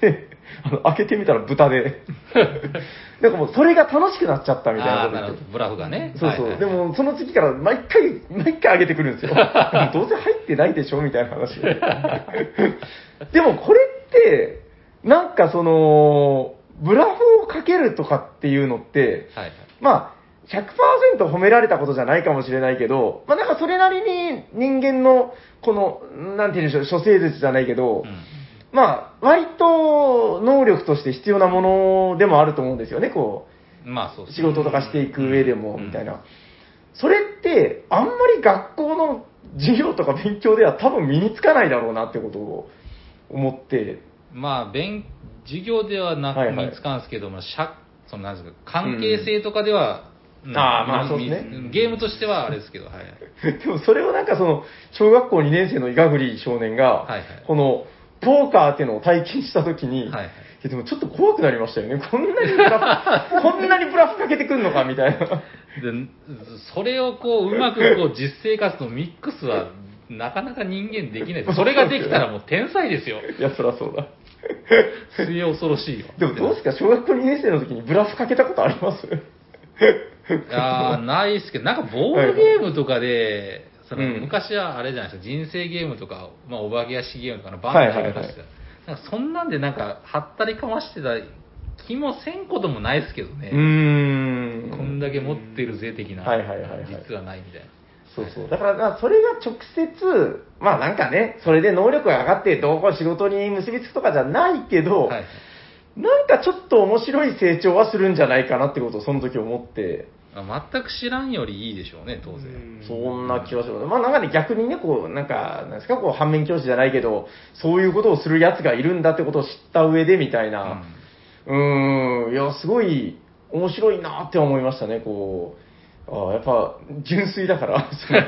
で、あの、開けてみたら豚で、なんかもう、それが楽しくなっちゃったみたいなこと言って。 ブラフがね。 そうそう。はいはいはい、でも、その次から、毎回、毎回上げてくるんですよ。どうせ入ってないでしょみたいな話。でも、これって、なんかその、ブラフをかけるとかっていうのって、はいはい、まあ、ひゃくパーセント 褒められたことじゃないかもしれないけど、まあなんかそれなりに人間の、この、なんて言うんでしょう、処世術じゃないけど、うん、まあ、割と能力として必要なものでもあると思うんですよね、こう。 まあそうですね。仕事とかしていく上でも、みたいな。それって、あんまり学校の授業とか勉強では多分身につかないだろうなってことを思って。 まあ、勉、授業ではなく身につかんですけども、はいはい、そのなんですか、関係性とかでは、 うん、ああ、まあそうですね。 ゲームとしてはあれですけど、はい。 でもそれをなんかその、小学校にねん生のイガグリ少年が、はいはい、この、 ポーカーっていうのを体験したときに、はいはい、でもちょっと怖くなりましたよね。こんなにブラフ、こんなにブラフかけてくんのかみたいな。で、 それをこう、うまくこう、実生活のミックスは、なかなか人間できないです。それができたらもう天才ですよ。 いや、そりゃそうだ。 末恐ろしいよ。 でもどうですか、小学校にねん生の時にブラフかけたことあります？いやー、ないっすけど、なんかボードゲームとかで、その、うん、昔はあれじゃないですか、人生ゲームとか、まあ、お化け屋敷ゲームとかのバンドやり方してた。なんかそんなんでなんか、はったりかましてた気もせんこともないですけどね。うーん。こんだけ持ってるぜ的な、はいはいはいはい、実はないみたいな。 そうそう。だから、それが直接、まあなんかね、それで能力が上がってどうこう仕事に結びつくとかじゃないけど、はい、なんかちょっと面白い成長はするんじゃないかなってことをその時思って。 全く知らんよりいいでしょうね、当然。 そんな気はします。まあなんかね、逆にね、こう、なんか、なんですか、こう、反面教師じゃないけど、そういうことをする奴がいるんだってことを知った上でみたいな、うん、うーん、いや、すごい面白いなって思いましたね、こう。ああ、やっぱ、純粋だから、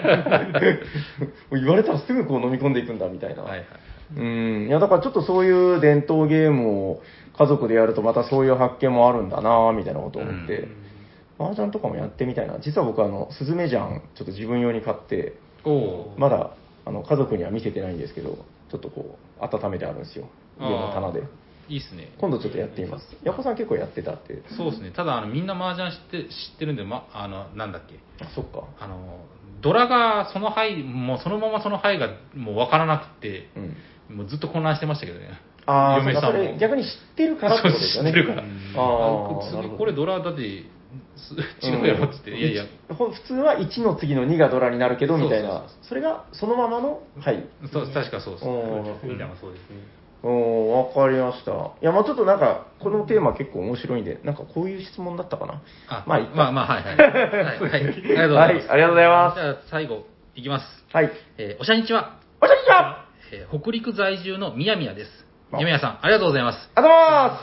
言われたらすぐこう飲み込んでいくんだ、みたいな。はいはい、うん。いや、だからちょっとそういう伝統ゲームを家族でやるとまたそういう発見もあるんだな、みたいなことを思って、麻雀とかもやってみたいな。実は僕、あの、スズメジャン、ちょっと自分用に買って、まだ、あの、家族には見せてないんですけど、ちょっとこう、温めてあるんですよ。家の棚で。 いいっすね。 今度ちょっとやってみます。ヤコさん結構やってたって。 そうですね。ただ、あの、みんな麻雀知って、知ってるんで、ま、あの、なんだっけ。 あ、そっか。 あの、ドラが、その範もうそのままその範囲がもう分からなくて、うん、もうずっと混乱してましたけどね。 ああ、嫁さんも。それ逆に知ってるからってことですよね。 知ってるから。ああ、これドラだって、違うやろって言って、いやいや。 普通はいちの次のにがドラになるけど、みたいな。それがそのままの、はい。 そう、確かそうです。 みんなもそうですね。 おー、わかりました。いや、まあちょっとなんか、このテーマ結構面白いんで、なんかこういう質問だったかな。 あ、 まあいいまあまあ、はいはい。はい、はい、ありがとうございます。はい、ありがとうございます。 じゃあ最後、いきます。 はい。 えー、おしゃにちは。 おしゃにちは、 えー、北陸在住のみやみやです。みやみやさん、ありがとうございます。 ありがとうございます。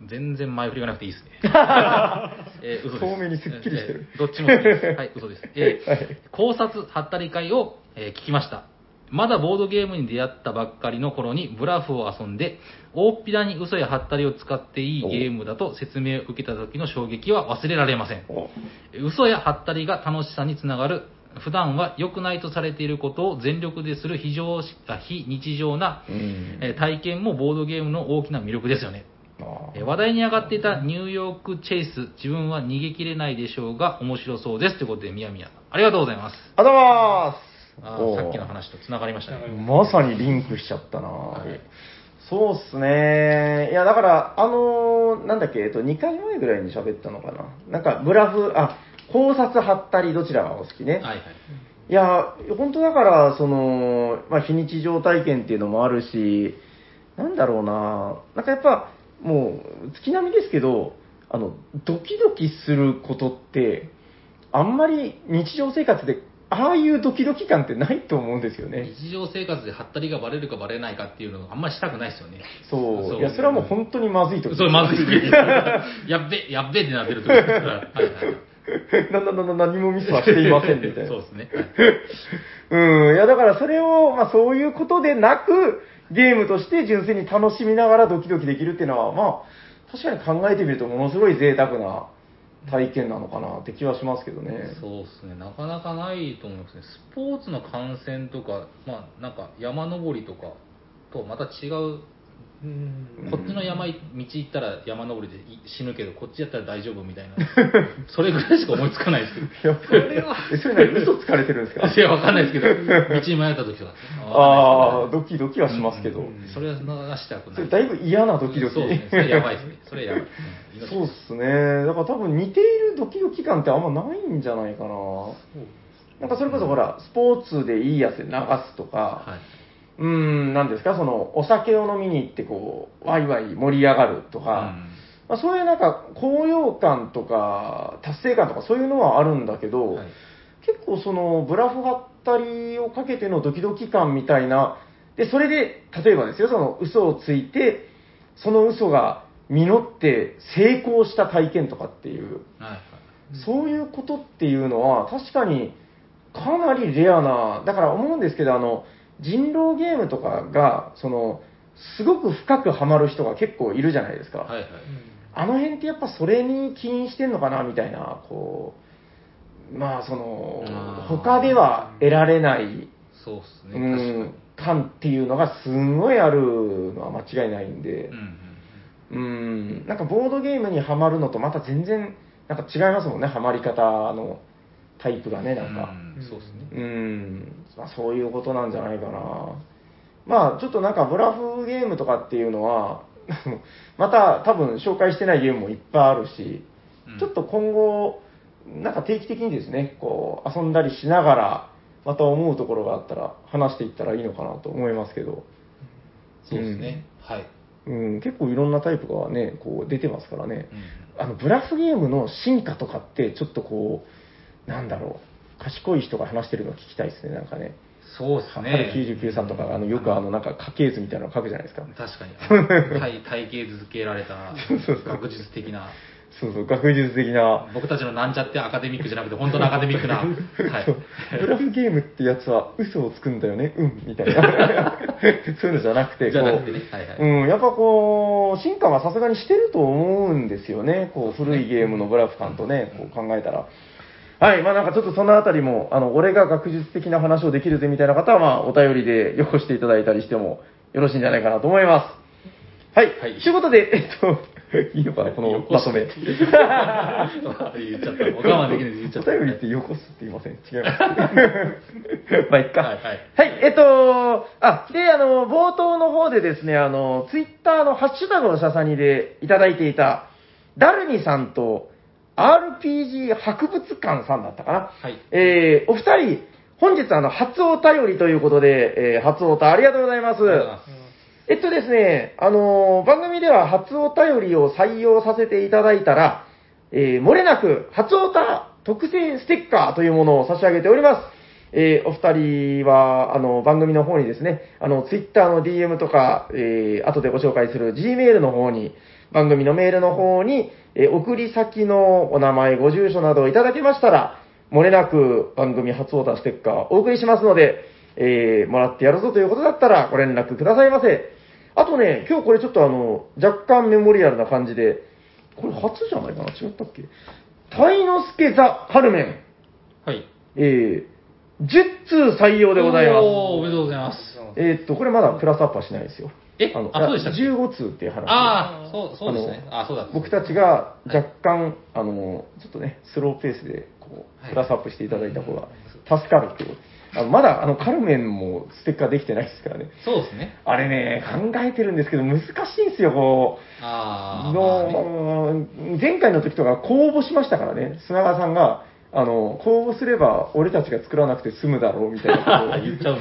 全然前振りがなくていいですね。 えー、嘘です。透明にすっきりしてる。 えー、どっちも好きです。はい、嘘です。えー、はい、考察はったり会を、えー、聞きました。まだボードゲームに出会ったばっかりの頃にブラフを遊んで、大っぴらに嘘やハッタリを使っていいゲームだと説明を受けた時の衝撃は忘れられません。嘘やハッタリが楽しさにつながる、普段は良くないとされていることを全力でする非常非日常な体験もボードゲームの大きな魅力ですよね。話題に上がっていたニューヨークチェイス、自分は逃げ切れないでしょうが面白そうです。ということで、みやみやありがとうございます。 ありがとうございます。 あさっきの話とつながりましたね。 まさにリンクしちゃったな、はい、そうっすね。いや、だから、あのー、なんだっけ、えっと、にかいまえぐらいに喋ったのかな。なんか、ブラフ、あ、考察はったり、どちらがお好きね。はいはい。いや、本当だから、その、まあ、非日常体験っていうのもあるし、なんだろうな、なんかやっぱ、もう、月並みですけど、あの、ドキドキすることって、あんまり日常生活で、ああいうドキドキ感ってないと思うんですよね。 日常生活でハッタリがバレるかバレないかっていうのをあんまりしたくないですよね。 そう。そういや、それはもう本当にまずいとき。 そう、まずいとき。やっべ、やっべってなってるときですから。はいはい。 な、な、な、な、何もミスはしていませんみたいな。 そうですね。 うん。いや、だからそれを、まあそういうことでなく、ゲームとして純粋に楽しみながらドキドキできるっていうのは、まあ、確かに考えてみるとものすごい贅沢な体験なのかなって気はしますけどね。 そうですね。なかなかないと思いますね。スポーツの観戦とか、まあなんか山登りとかとまた違う、うんこっちの山道行ったら山登りで死ぬけど、こっちやったら大丈夫みたいな。それぐらいしか思いつかないですけど。いや、それは。 え、それ何嘘つかれてるんですか？ いや、わかんないですけど、道に迷った時とか。 ああ、ドキドキはしますけど。うんうん、 それはしたくない。 それだいぶ嫌なドキドキ。 そうですね。それやばいですね。それやばい。 うん、そうっすね。だから多分似ているドキドキ感ってあんまないんじゃないかな。なんかそれこそほら、スポーツでいいやつで流すとか、はい、うーん、なんですか、その、お酒を飲みに行ってこう、ワイワイ盛り上がるとか、うんまあ、そういうなんか、高揚感とか、達成感とかそういうのはあるんだけど、はい、結構その、ブラフ張ったりをかけてのドキドキ感みたいな、で、それで、例えばですよ、その嘘をついて、その嘘が実って成功した体験とかっていう、はいはいうん、そういうことっていうのは、確かに、かなりレアな、だから思うんですけど、あの、人狼ゲームとかが、その、 すごく深くハマる人が結構いるじゃないですか。 はいはい。 あの辺ってやっぱそれに起因してんのかなみたいな、こう、まあその、他では得られない、 そうっすね、 うん、 確かに。 感っていうのがすんごいあるのは間違いないんで、 うん、うん、 うん、なんかボードゲームにはまるのとまた全然なんか違いますもんね、ハマり方のタイプがね、なんか。 うん、そうですね。 うん、まあ、そういうことなんじゃないかな。まあ、ちょっとなんかブラフゲームとかっていうのは、また多分紹介してないゲームもいっぱいあるし、 うん、 ちょっと今後、なんか定期的にですね、こう、遊んだりしながら、また思うところがあったら話していったらいいのかなと思いますけど。 そうですね。うん、はい。 うん、結構いろんなタイプがね、こう出てますからね。 うん、 あの、ブラフゲームの進化とかって、ちょっとこう、なんだろう、賢い人が話してるのを聞きたいですね、なんかね。 そうですね。 春きゅうじゅうきゅうさんとか、あのよくあのなんか家系図みたいなの書くじゃないですか。 確かに。体体系づけられた学術的な。 そうそう、学術的な。 僕たちのなんちゃってアカデミックじゃなくて、本当のアカデミックな。はい、 ブラフゲームってやつは嘘をつくんだよね、うん、みたいな。そういうのじゃなくて、 じゃなくてね。はいはい。 うん、やっぱこう、進化はさすがにしてると思うんですよね。こう、古いゲームのブラフ感とね、こう考えたら。はい、まあなんかちょっとそのあたりも、あの、俺が学術的な話をできるぜみたいな方は、まあお便りでよこしていただいたりしてもよろしいんじゃないかなと思います。はい。はい、ということで、えっと、いいのかな、このまとめ。言っちゃった。我慢できないで言っちゃった。 お便りってよこすって言いません。違います。まあ、いっか。はい、 はい。 はい、えっと、あ、で、あの、冒頭の方でですね、あの、ツイッターのハッシュタグのささにでいただいていた、ダルニさんと、アールピージー 博物館さんだったかな。 はい。 えー、お二人、本日あの、初お便りということで、えー、初お便りありがとうございます。えっとですね、あのー、番組では初お便りを採用させていただいたら、えー、漏れなく、初おた特製ステッカーというものを差し上げております。えー、お二人は、あの、番組の方にですね、あの、ツイッターの ディーエム とか、えー、後でご紹介する Gmail の方に、番組のメールの方に、えー、送り先のお名前、ご住所などをいただけましたら、漏れなく番組初オーダーステッカーをお送りしますので、えー、もらってやるぞということだったらご連絡くださいませ。あとね、今日これちょっとあの、若干メモリアルな感じで、これ初じゃないかな、違ったっけ？タイノスケザ・カルメン。 はい。 えー、じゅっつう採用でございます。 おー、おめでとうございます。 えー、っと、これまだクラスアップはしないですよ。 えあのあ、そうでしたっけ？ じゅうごつうっていう話。 ああ、そう、そうですね。あそうだ。 僕たちが若干、はい、あの、ちょっとね、スローペースで、こう、クラスアップしていただいた方が助かるっていう。あのまだ、あの、カルメンもステッカーできてないですからね。 そうですね。 あれね、考えてるんですけど、難しいんですよ、こう。 ああ。 の、ね、前回の時とか公募しましたからね、砂川さんが、あの、公募すれば俺たちが作らなくて済むだろうみたいなことを言っちゃうん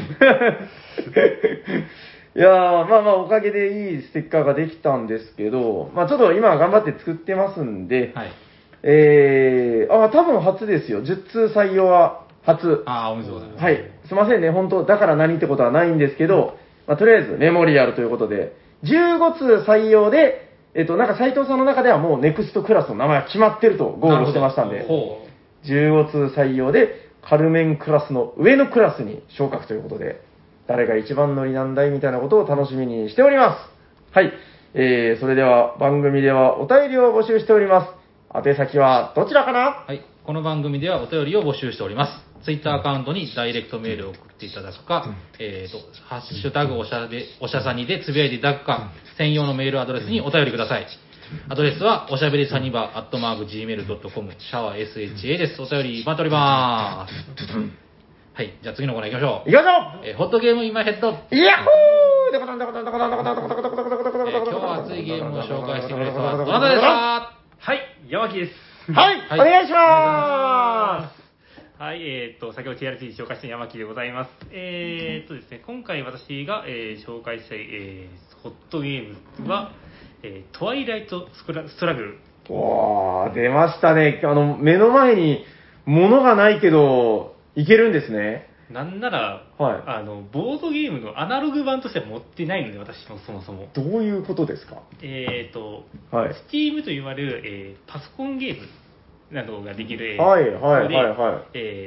いやー、まあまあ、おかげでいいステッカーができたんですけど、まあちょっと今頑張って作ってますんで、 はい、 えー、あ、多分初ですよ。じゅっつう採用は初。 ああ、おめでとうございます。 はい。すいませんね、本当だから何ってことはないんですけど、まあとりあえずメモリアルということで、じゅうごつう採用で、えっと、なんか斉藤さんの中ではもうネクストクラスの名前が決まってるとゴールしてましたんで、じゅうごつう採用でカルメンクラスの上のクラスに昇格ということで、誰が一番乗りなんだいみたいなことを楽しみにしております。はい。えー、それでは番組ではお便りを募集しております。宛先はどちらかな？ はい。この番組ではお便りを募集しております。ツイッターアカウントにダイレクトメールを送っていただくか、うん、えーと、ハッシュタグおしゃで、おしゃさにでつぶやいていただくか、専用のメールアドレスにお便りください。アドレスは、おしゃべりサニバーアットマーク ジーメールドットコム、シャワー エスエイチエー です。お便り待っております。はい。じゃあ次のコーナー行きましょう。 行きましょう。 えー、ホットゲームインマイヘッド。 ヤッホー。 えー、今日は熱いゲームを紹介してくれる人はどなたですか？ はい、山木です。 はい、はい、お願いします。はい、えー、っと、先ほど ティーアールピージー 紹介した山木でございます。えー、っとですね、今回私が、えー、紹介したい、えー、ホットゲームは、えー、トワイライトストラグル。 おー、出ましたね。あの、目の前に物がないけど、いけるんですね。 なんなら、はい、あの、ボードゲームのアナログ版としては持ってないので、私もそもそも。 どういうことですか？ えっ、ー、と、 はい、 Steam といわれる、えー、パソコンゲームなどができる、 はいはいはいはい、 え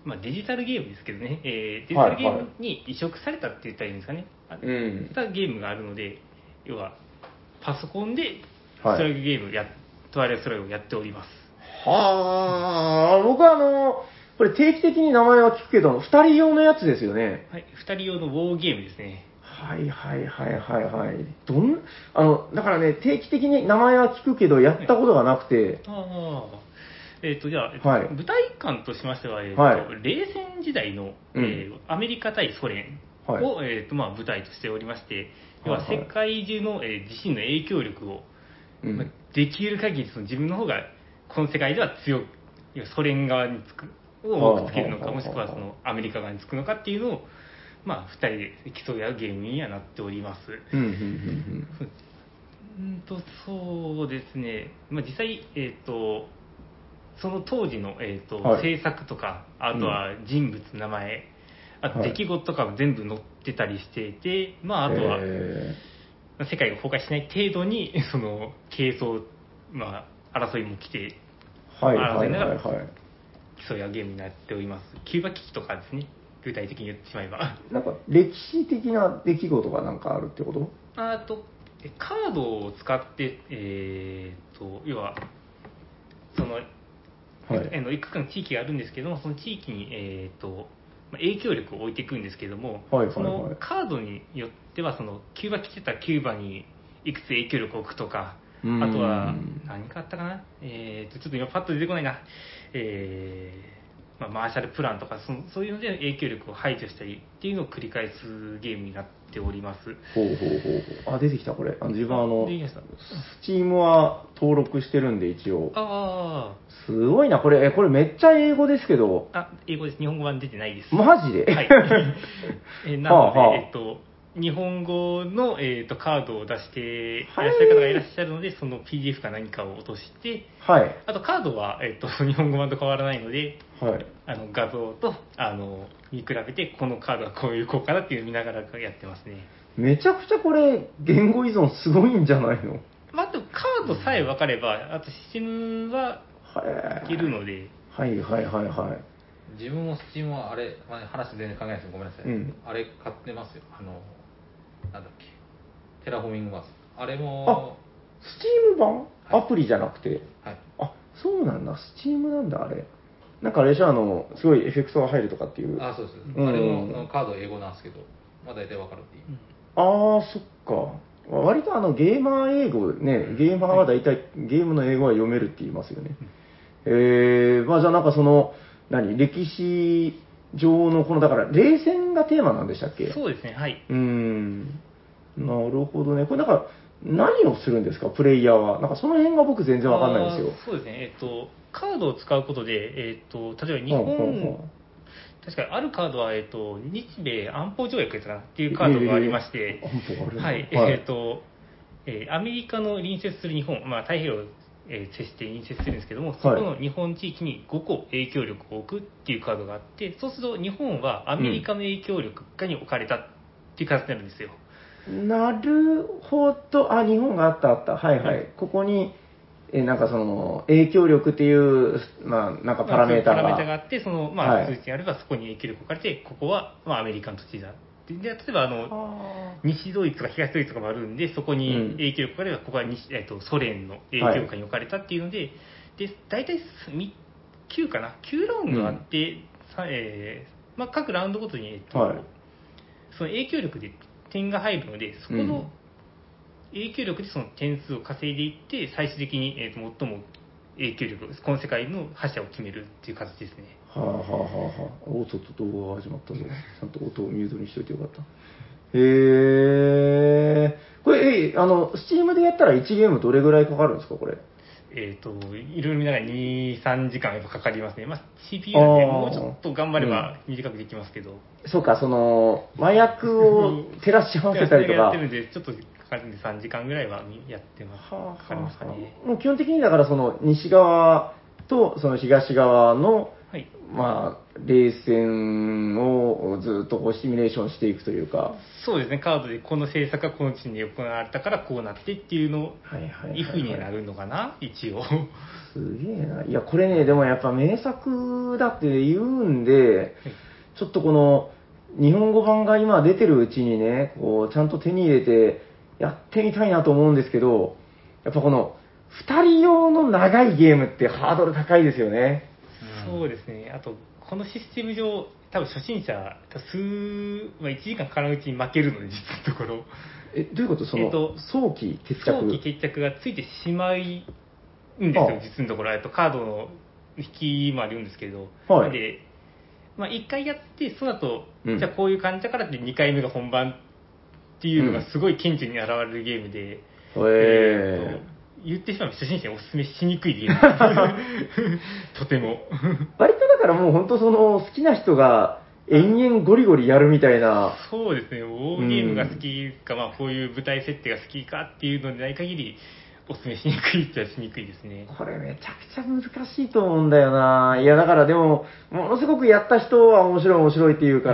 まあ、デジタルゲームですけどね、えー、デジタルゲームに移植されたって言ったらいいんですかね、はいはい、うん、たゲームがあるので、要はパソコンでストライクゲームや、はい、トワイライトストライクをやっております。 はあ、僕はあのこれ定期的に名前は聞くけど、ふたり用のやつですよね。 はい、ふたり用のウォーゲームですね。 はいはいはいはいはい。どん、あの、だからね、定期的に名前は聞くけど、やったことがなくて。 はい、ああ。えっ、ー、と、じゃあ、えっとはい、舞台観としましては、えーとはい、冷戦時代の、えーうん、アメリカ対ソ連を、はい、えーとまあ、舞台としておりまして、要は世界中の、えー、自身の影響力を、うんまあ、できる限りその自分の方がこの世界では強く、ソ連側につくを多くつけるのか、もしくはそのアメリカ側につくのかっていうのを、まあ、ふたりで競い合うゲームにはなっております。うんうんうんうん、とそうですね、まあ、実際、えーとその当時の、えーとはい、制作とか、あとは人物、名前、あと出来事とかも全部載ってたりしていて、まあ、あとは、世界が崩壊しない程度に、その、係争、まあ、争いも来て、 はいはいはいはい、 競い合うゲームになっております。キューバ危機とかですね、具体的に言ってしまえば。 なんか、歴史的な出来事がなんかあるってこと？ あと、カードを使って、えーと、要は、その、はい、いくつかの地域があるんですけども、その地域に、えーと、影響力を置いていくんですけども、はいはいはい、そのカードによってはそのキューバ来てたキューバにいくつ影響力を置くとか、あとは何かあったかな、えーとちょっと今パッと出てこないな、えーまあ、マーシャルプランとか そ, そういうので影響力を排除したりっていうのを繰り返すゲームになっております。 ほうほうほうほう。あ、出てきたこれ。あの自分あのスチームは登録してるんで一応。ああ。すごいなこれ。これめっちゃ英語ですけど。 あ、英語です。日本語版出てないです。 マジで？ はい。えなので、はあはあ、えっと日本語の、えー、とカードを出していらっしゃる方がいらっしゃるので、その ピーディーエフ か何かを落として、はい、あとカードは、えー、と日本語版と変わらないので、はい、あの画像とあの見比べてこのカードはこういう効果だっていうのを見ながらやってますね。 めちゃくちゃこれ言語依存すごいんじゃないの？ まあ、あとカードさえ分かれば、あとシステムはいけるので、 はいはいはいはい。 自分もスチームはあれ、まあ、話全然考えないですけどごめんなさい、うん、あれ買ってますよ。あのなんだっけ、テラフォーミングバース。あれもあ、スチーム版、はい、アプリじゃなくて、はい、あ、そうなんだ、スチームなんだあれ。なんかあれじゃあのすごいエフェクトが入るとかっていう。 あ、そうです、うん、あれもカード英語なんですけど、まあ大体わかるっていう、うん、 ああそっか。割とあのゲーマー英語ね、ゲーマーは大体ゲームの英語は読めるって言いますよね。うん、えー、まあじゃあなんかその何歴史上のこのだから冷戦がテーマなんでしたっけ？ そうですね、はい。 うーん、なるほどね。これなんか何をするんですか、プレイヤーは。なんかその辺が僕全然わかんないんですよ。 そうですね。えっとカードを使うことで、えっと例えば日本、ほうほうほう、確かにあるカードは、えっと日米安保条約やったかなっていうカードがありまして、えー、はい、はい、えっと、えー、アメリカの隣接する日本、まあ太平洋えー、接して隣接するんですけども、そこの日本地域にごこ影響力を置くっていうカードがあって、そうすると日本はアメリカの影響力下に置かれたっていう形になるんですよ。 うん、なるほど。あ、日本があったあった。はいはい。はい、ここに、えー、なんかその影響力っていう、まあ、なんかパラメーターが、 まあ、パラメーターがあって、その、まあ、数値があればそこに影響力を置かれて、ここは、まあ、アメリカの土地だ。で例えばあの西ドイツとか東ドイツとかもあるんで、そこに影響力があれば、ここは西、えー、とソ連の影響下に置かれたっていうので、はい、で大体きゅうかな、きゅうラウンドあって、うんえーまあ、各ラウンドごとに、えーとはい、その影響力で点が入るので、そこの影響力でその点数を稼いでいって、最終的に、えー、と最も影響力、この世界の覇者を決めるっていう形ですね。 はあはあはあはあ。おっとっと動画が始まったぞ。ちゃんと音をミュートにしといてよかった。へえ。これ、え、あの、スチームでやったらいちゲームどれぐらいかかるんですか、これ。 えっ、ー、と、いろいろ見ながらに、さんじかんやっぱかかりますね。まあ、シーピーユー なんで、もうちょっと頑張れば短くできますけど。うん、 そうか、その、麻薬を照らし合わせたりとか。 やってるんで、ちょっとかかるんでさんじかんぐらいはやってます。はあ、かかりますかね。 もう基本的にだからその西側とその東側のはい、 まあ、レース戦をずっとこうシミュレーションしていくというか。 そうですね、カードでこの制作がこの地に行われたからこうなってっていうのを、イフになるのかな、一応。 すげえな。いや、これね、でもやっぱ名作だって言うんで、はい、ちょっとこの、日本語版が今出てるうちにね、こう、ちゃんと手に入れてやってみたいなと思うんですけど、やっぱこの、二人用の長いゲームってハードル高いですよね。 そうですね。あと、このシステム上、多分初心者、数、まあ、いちじかんかからうちに負けるので、実のところ。 え、どういうことその、えっと、早期決着早期決着がついてしまうんですよ、ああ実のところ。えっと、カードの引きもあるんですけど。はい、で、まあ、いっかいやって、その後、うん、じゃあこういう感じだからってにかいめが本番っていうのがすごい顕著に現れるゲームで、うん、えー、っと言ってしまうと初心者におすすめしにくいゲームとても割とだからもう本当その好きな人が延々ゴリゴリやるみたいな。 そうですね、ウォーゲームが好きか、うん、まあこういう舞台設定が好きかっていうのでない限りおすすめしにくいっちゃしにくいですね。 これめちゃくちゃ難しいと思うんだよな。いやだからでもものすごくやった人は面白い面白いって言うから、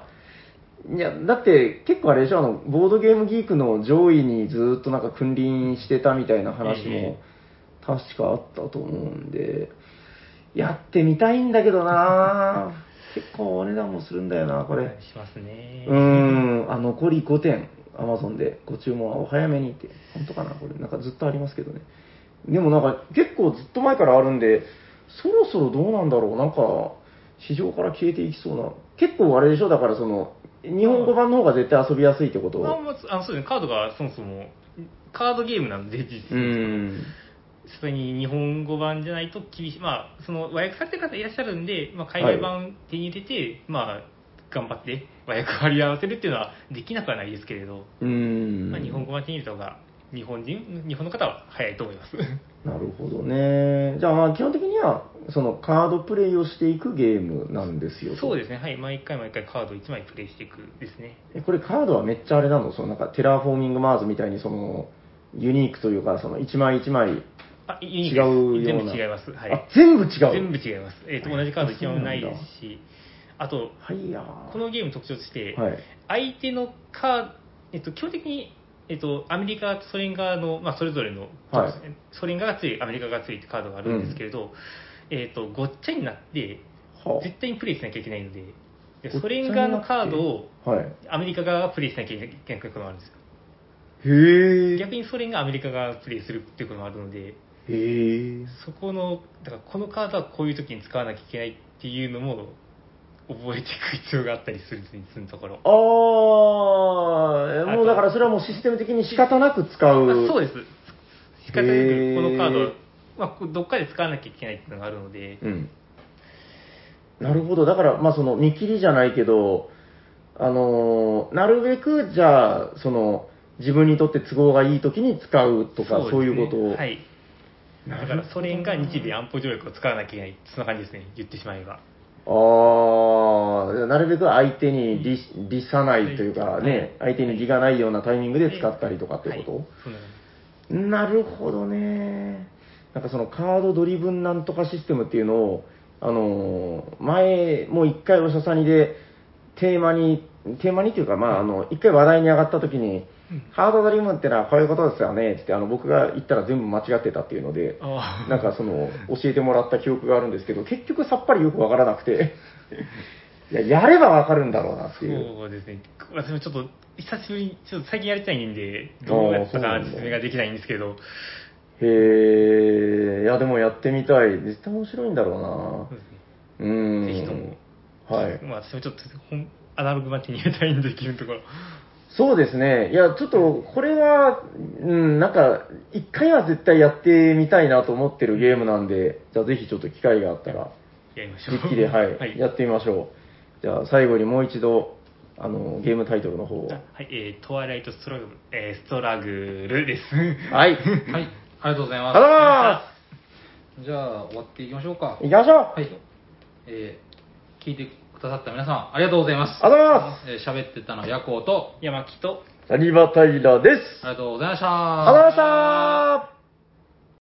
うん、いやだって結構あれでしょ、あのボードゲームギークの上位にずっとなんか君臨してたみたいな話も確かあったと思うんで、やってみたいんだけどな。結構お値段もするんだよなこれ。 しますね。 うーん、あ残りごてん。Amazon でご注文はお早めにって、本当かな、これ、なんかずっとありますけどね。でもなんか結構ずっと前からあるんで、そろそろどうなんだろう、なんか市場から消えていきそうな、結構あれでしょ、だからその、日本語版の方が絶対遊びやすいってことあ、まあ、あそうですね、カードがそもそも、カードゲームなんで、実際に。それに日本語版じゃないと厳しい、まあ、その和訳されてる方いらっしゃるんで、まあ、海外版手に入れて、はい、まあ、頑張って和訳貼り合わせるっていうのはできなくはないですけれど、 うーん、 まあ、日本語版手に入れた方が日本人日本の方は早いと思いますなるほどね。じゃあまあ基本的にはそのカードプレイをしていくゲームなんですよ。 そうですね、はい、毎回毎回カードいちまいプレイしていくですね。 えこれカードはめっちゃあれなの、そのなんかテラフォーミングマーズみたいにそのユニークというかそのいちまいいちまいあ違うような。全部違います。はい、 あ全部違う。 全部違います。えっ、ー、と同じカードいちまいもないですし、あと、 はい、やこのゲーム特徴として、 はい、 相手のカード、えっ、ー、と基本的にえっと、アメリカとソ連側の、まあ、それぞれの、はい、ソ連側が強い、アメリカが強いってカードがあるんですけれど、うん、えっと、ごっちゃになって、はあ、絶対にプレイしなきゃいけないので、でソ連側のカードを、はい、アメリカ側がプレイしなきゃいけないこともあるんですよ。 へー。 逆にソ連がアメリカ側がプレイするっていうこともあるので、 へー。 そこの、だからこのカードはこういう時に使わなきゃいけないっていうのも、覚えていく必要があったりするんです、そのところ。 ああ、もうだからそれはもうシステム的に仕方なく使う。 そうです。仕方なくこのカードは、まあ、どっかで使わなきゃいけないっていうのがあるので。 うん。なるほど。だから、まあその見切りじゃないけど、あのー、なるべくじゃあ、その、自分にとって都合がいい時に使うとか、そう、ね、そういうことを。 はい。だからソ連が日米安保条約を使わなきゃいけない、そんな感じですね、言ってしまえば。 ああ、なるべく相手に利利さないというかね、相手に利がないようなタイミングで使ったりとかっていうこと、はい、なるほどね。なんかそのカードドリブンなんとかシステムっていうのを、あのー、前、もう一回おしゃさにでテーマに、テーマにっていうか、まあ、あの、一回話題に上がった時に、うん、ハードドリブンってのはこういうことですよねって、あの、僕が言ったら全部間違ってたっていうので、なんかその、教えてもらった記憶があるんですけど、結局さっぱりよくわからなくて、いや、やればわかるんだろうなっていう。 そうですね。私もちょっと、久しぶりに、ちょっと最近やりたいんで、どうやったか説明ができないんですけど。 へー、いや、でもやってみたい。絶対面白いんだろうな。そうですね。うーん。 ぜひとも。 はい。 まあ、私もちょっと、アナログ版手に入れたいんで、基本のところ。 そうですね。いや、ちょっと、これは、うん、なんか、一回は絶対やってみたいなと思ってるゲームなんで、じゃあぜひちょっと機会があったら、 やりましょう。 実機で、はい、 はい、 やってみましょう。じゃあ最後にもう一度、あの、ゲームタイトルの方を。 はい、えー、トワイライトストラグル、えー、ストラグルです。 はい。はい。ありがとうございます。 ありがとうございます。 じゃあ、終わっていきましょうか。 行きましょう。 はい。えー、聞いてくださった皆さん、ありがとうございます。 ありがとうございます。 えー、喋ってたのはヤコウと山木とサニバタイラです。 ありがとうございました。 ありがとうございました。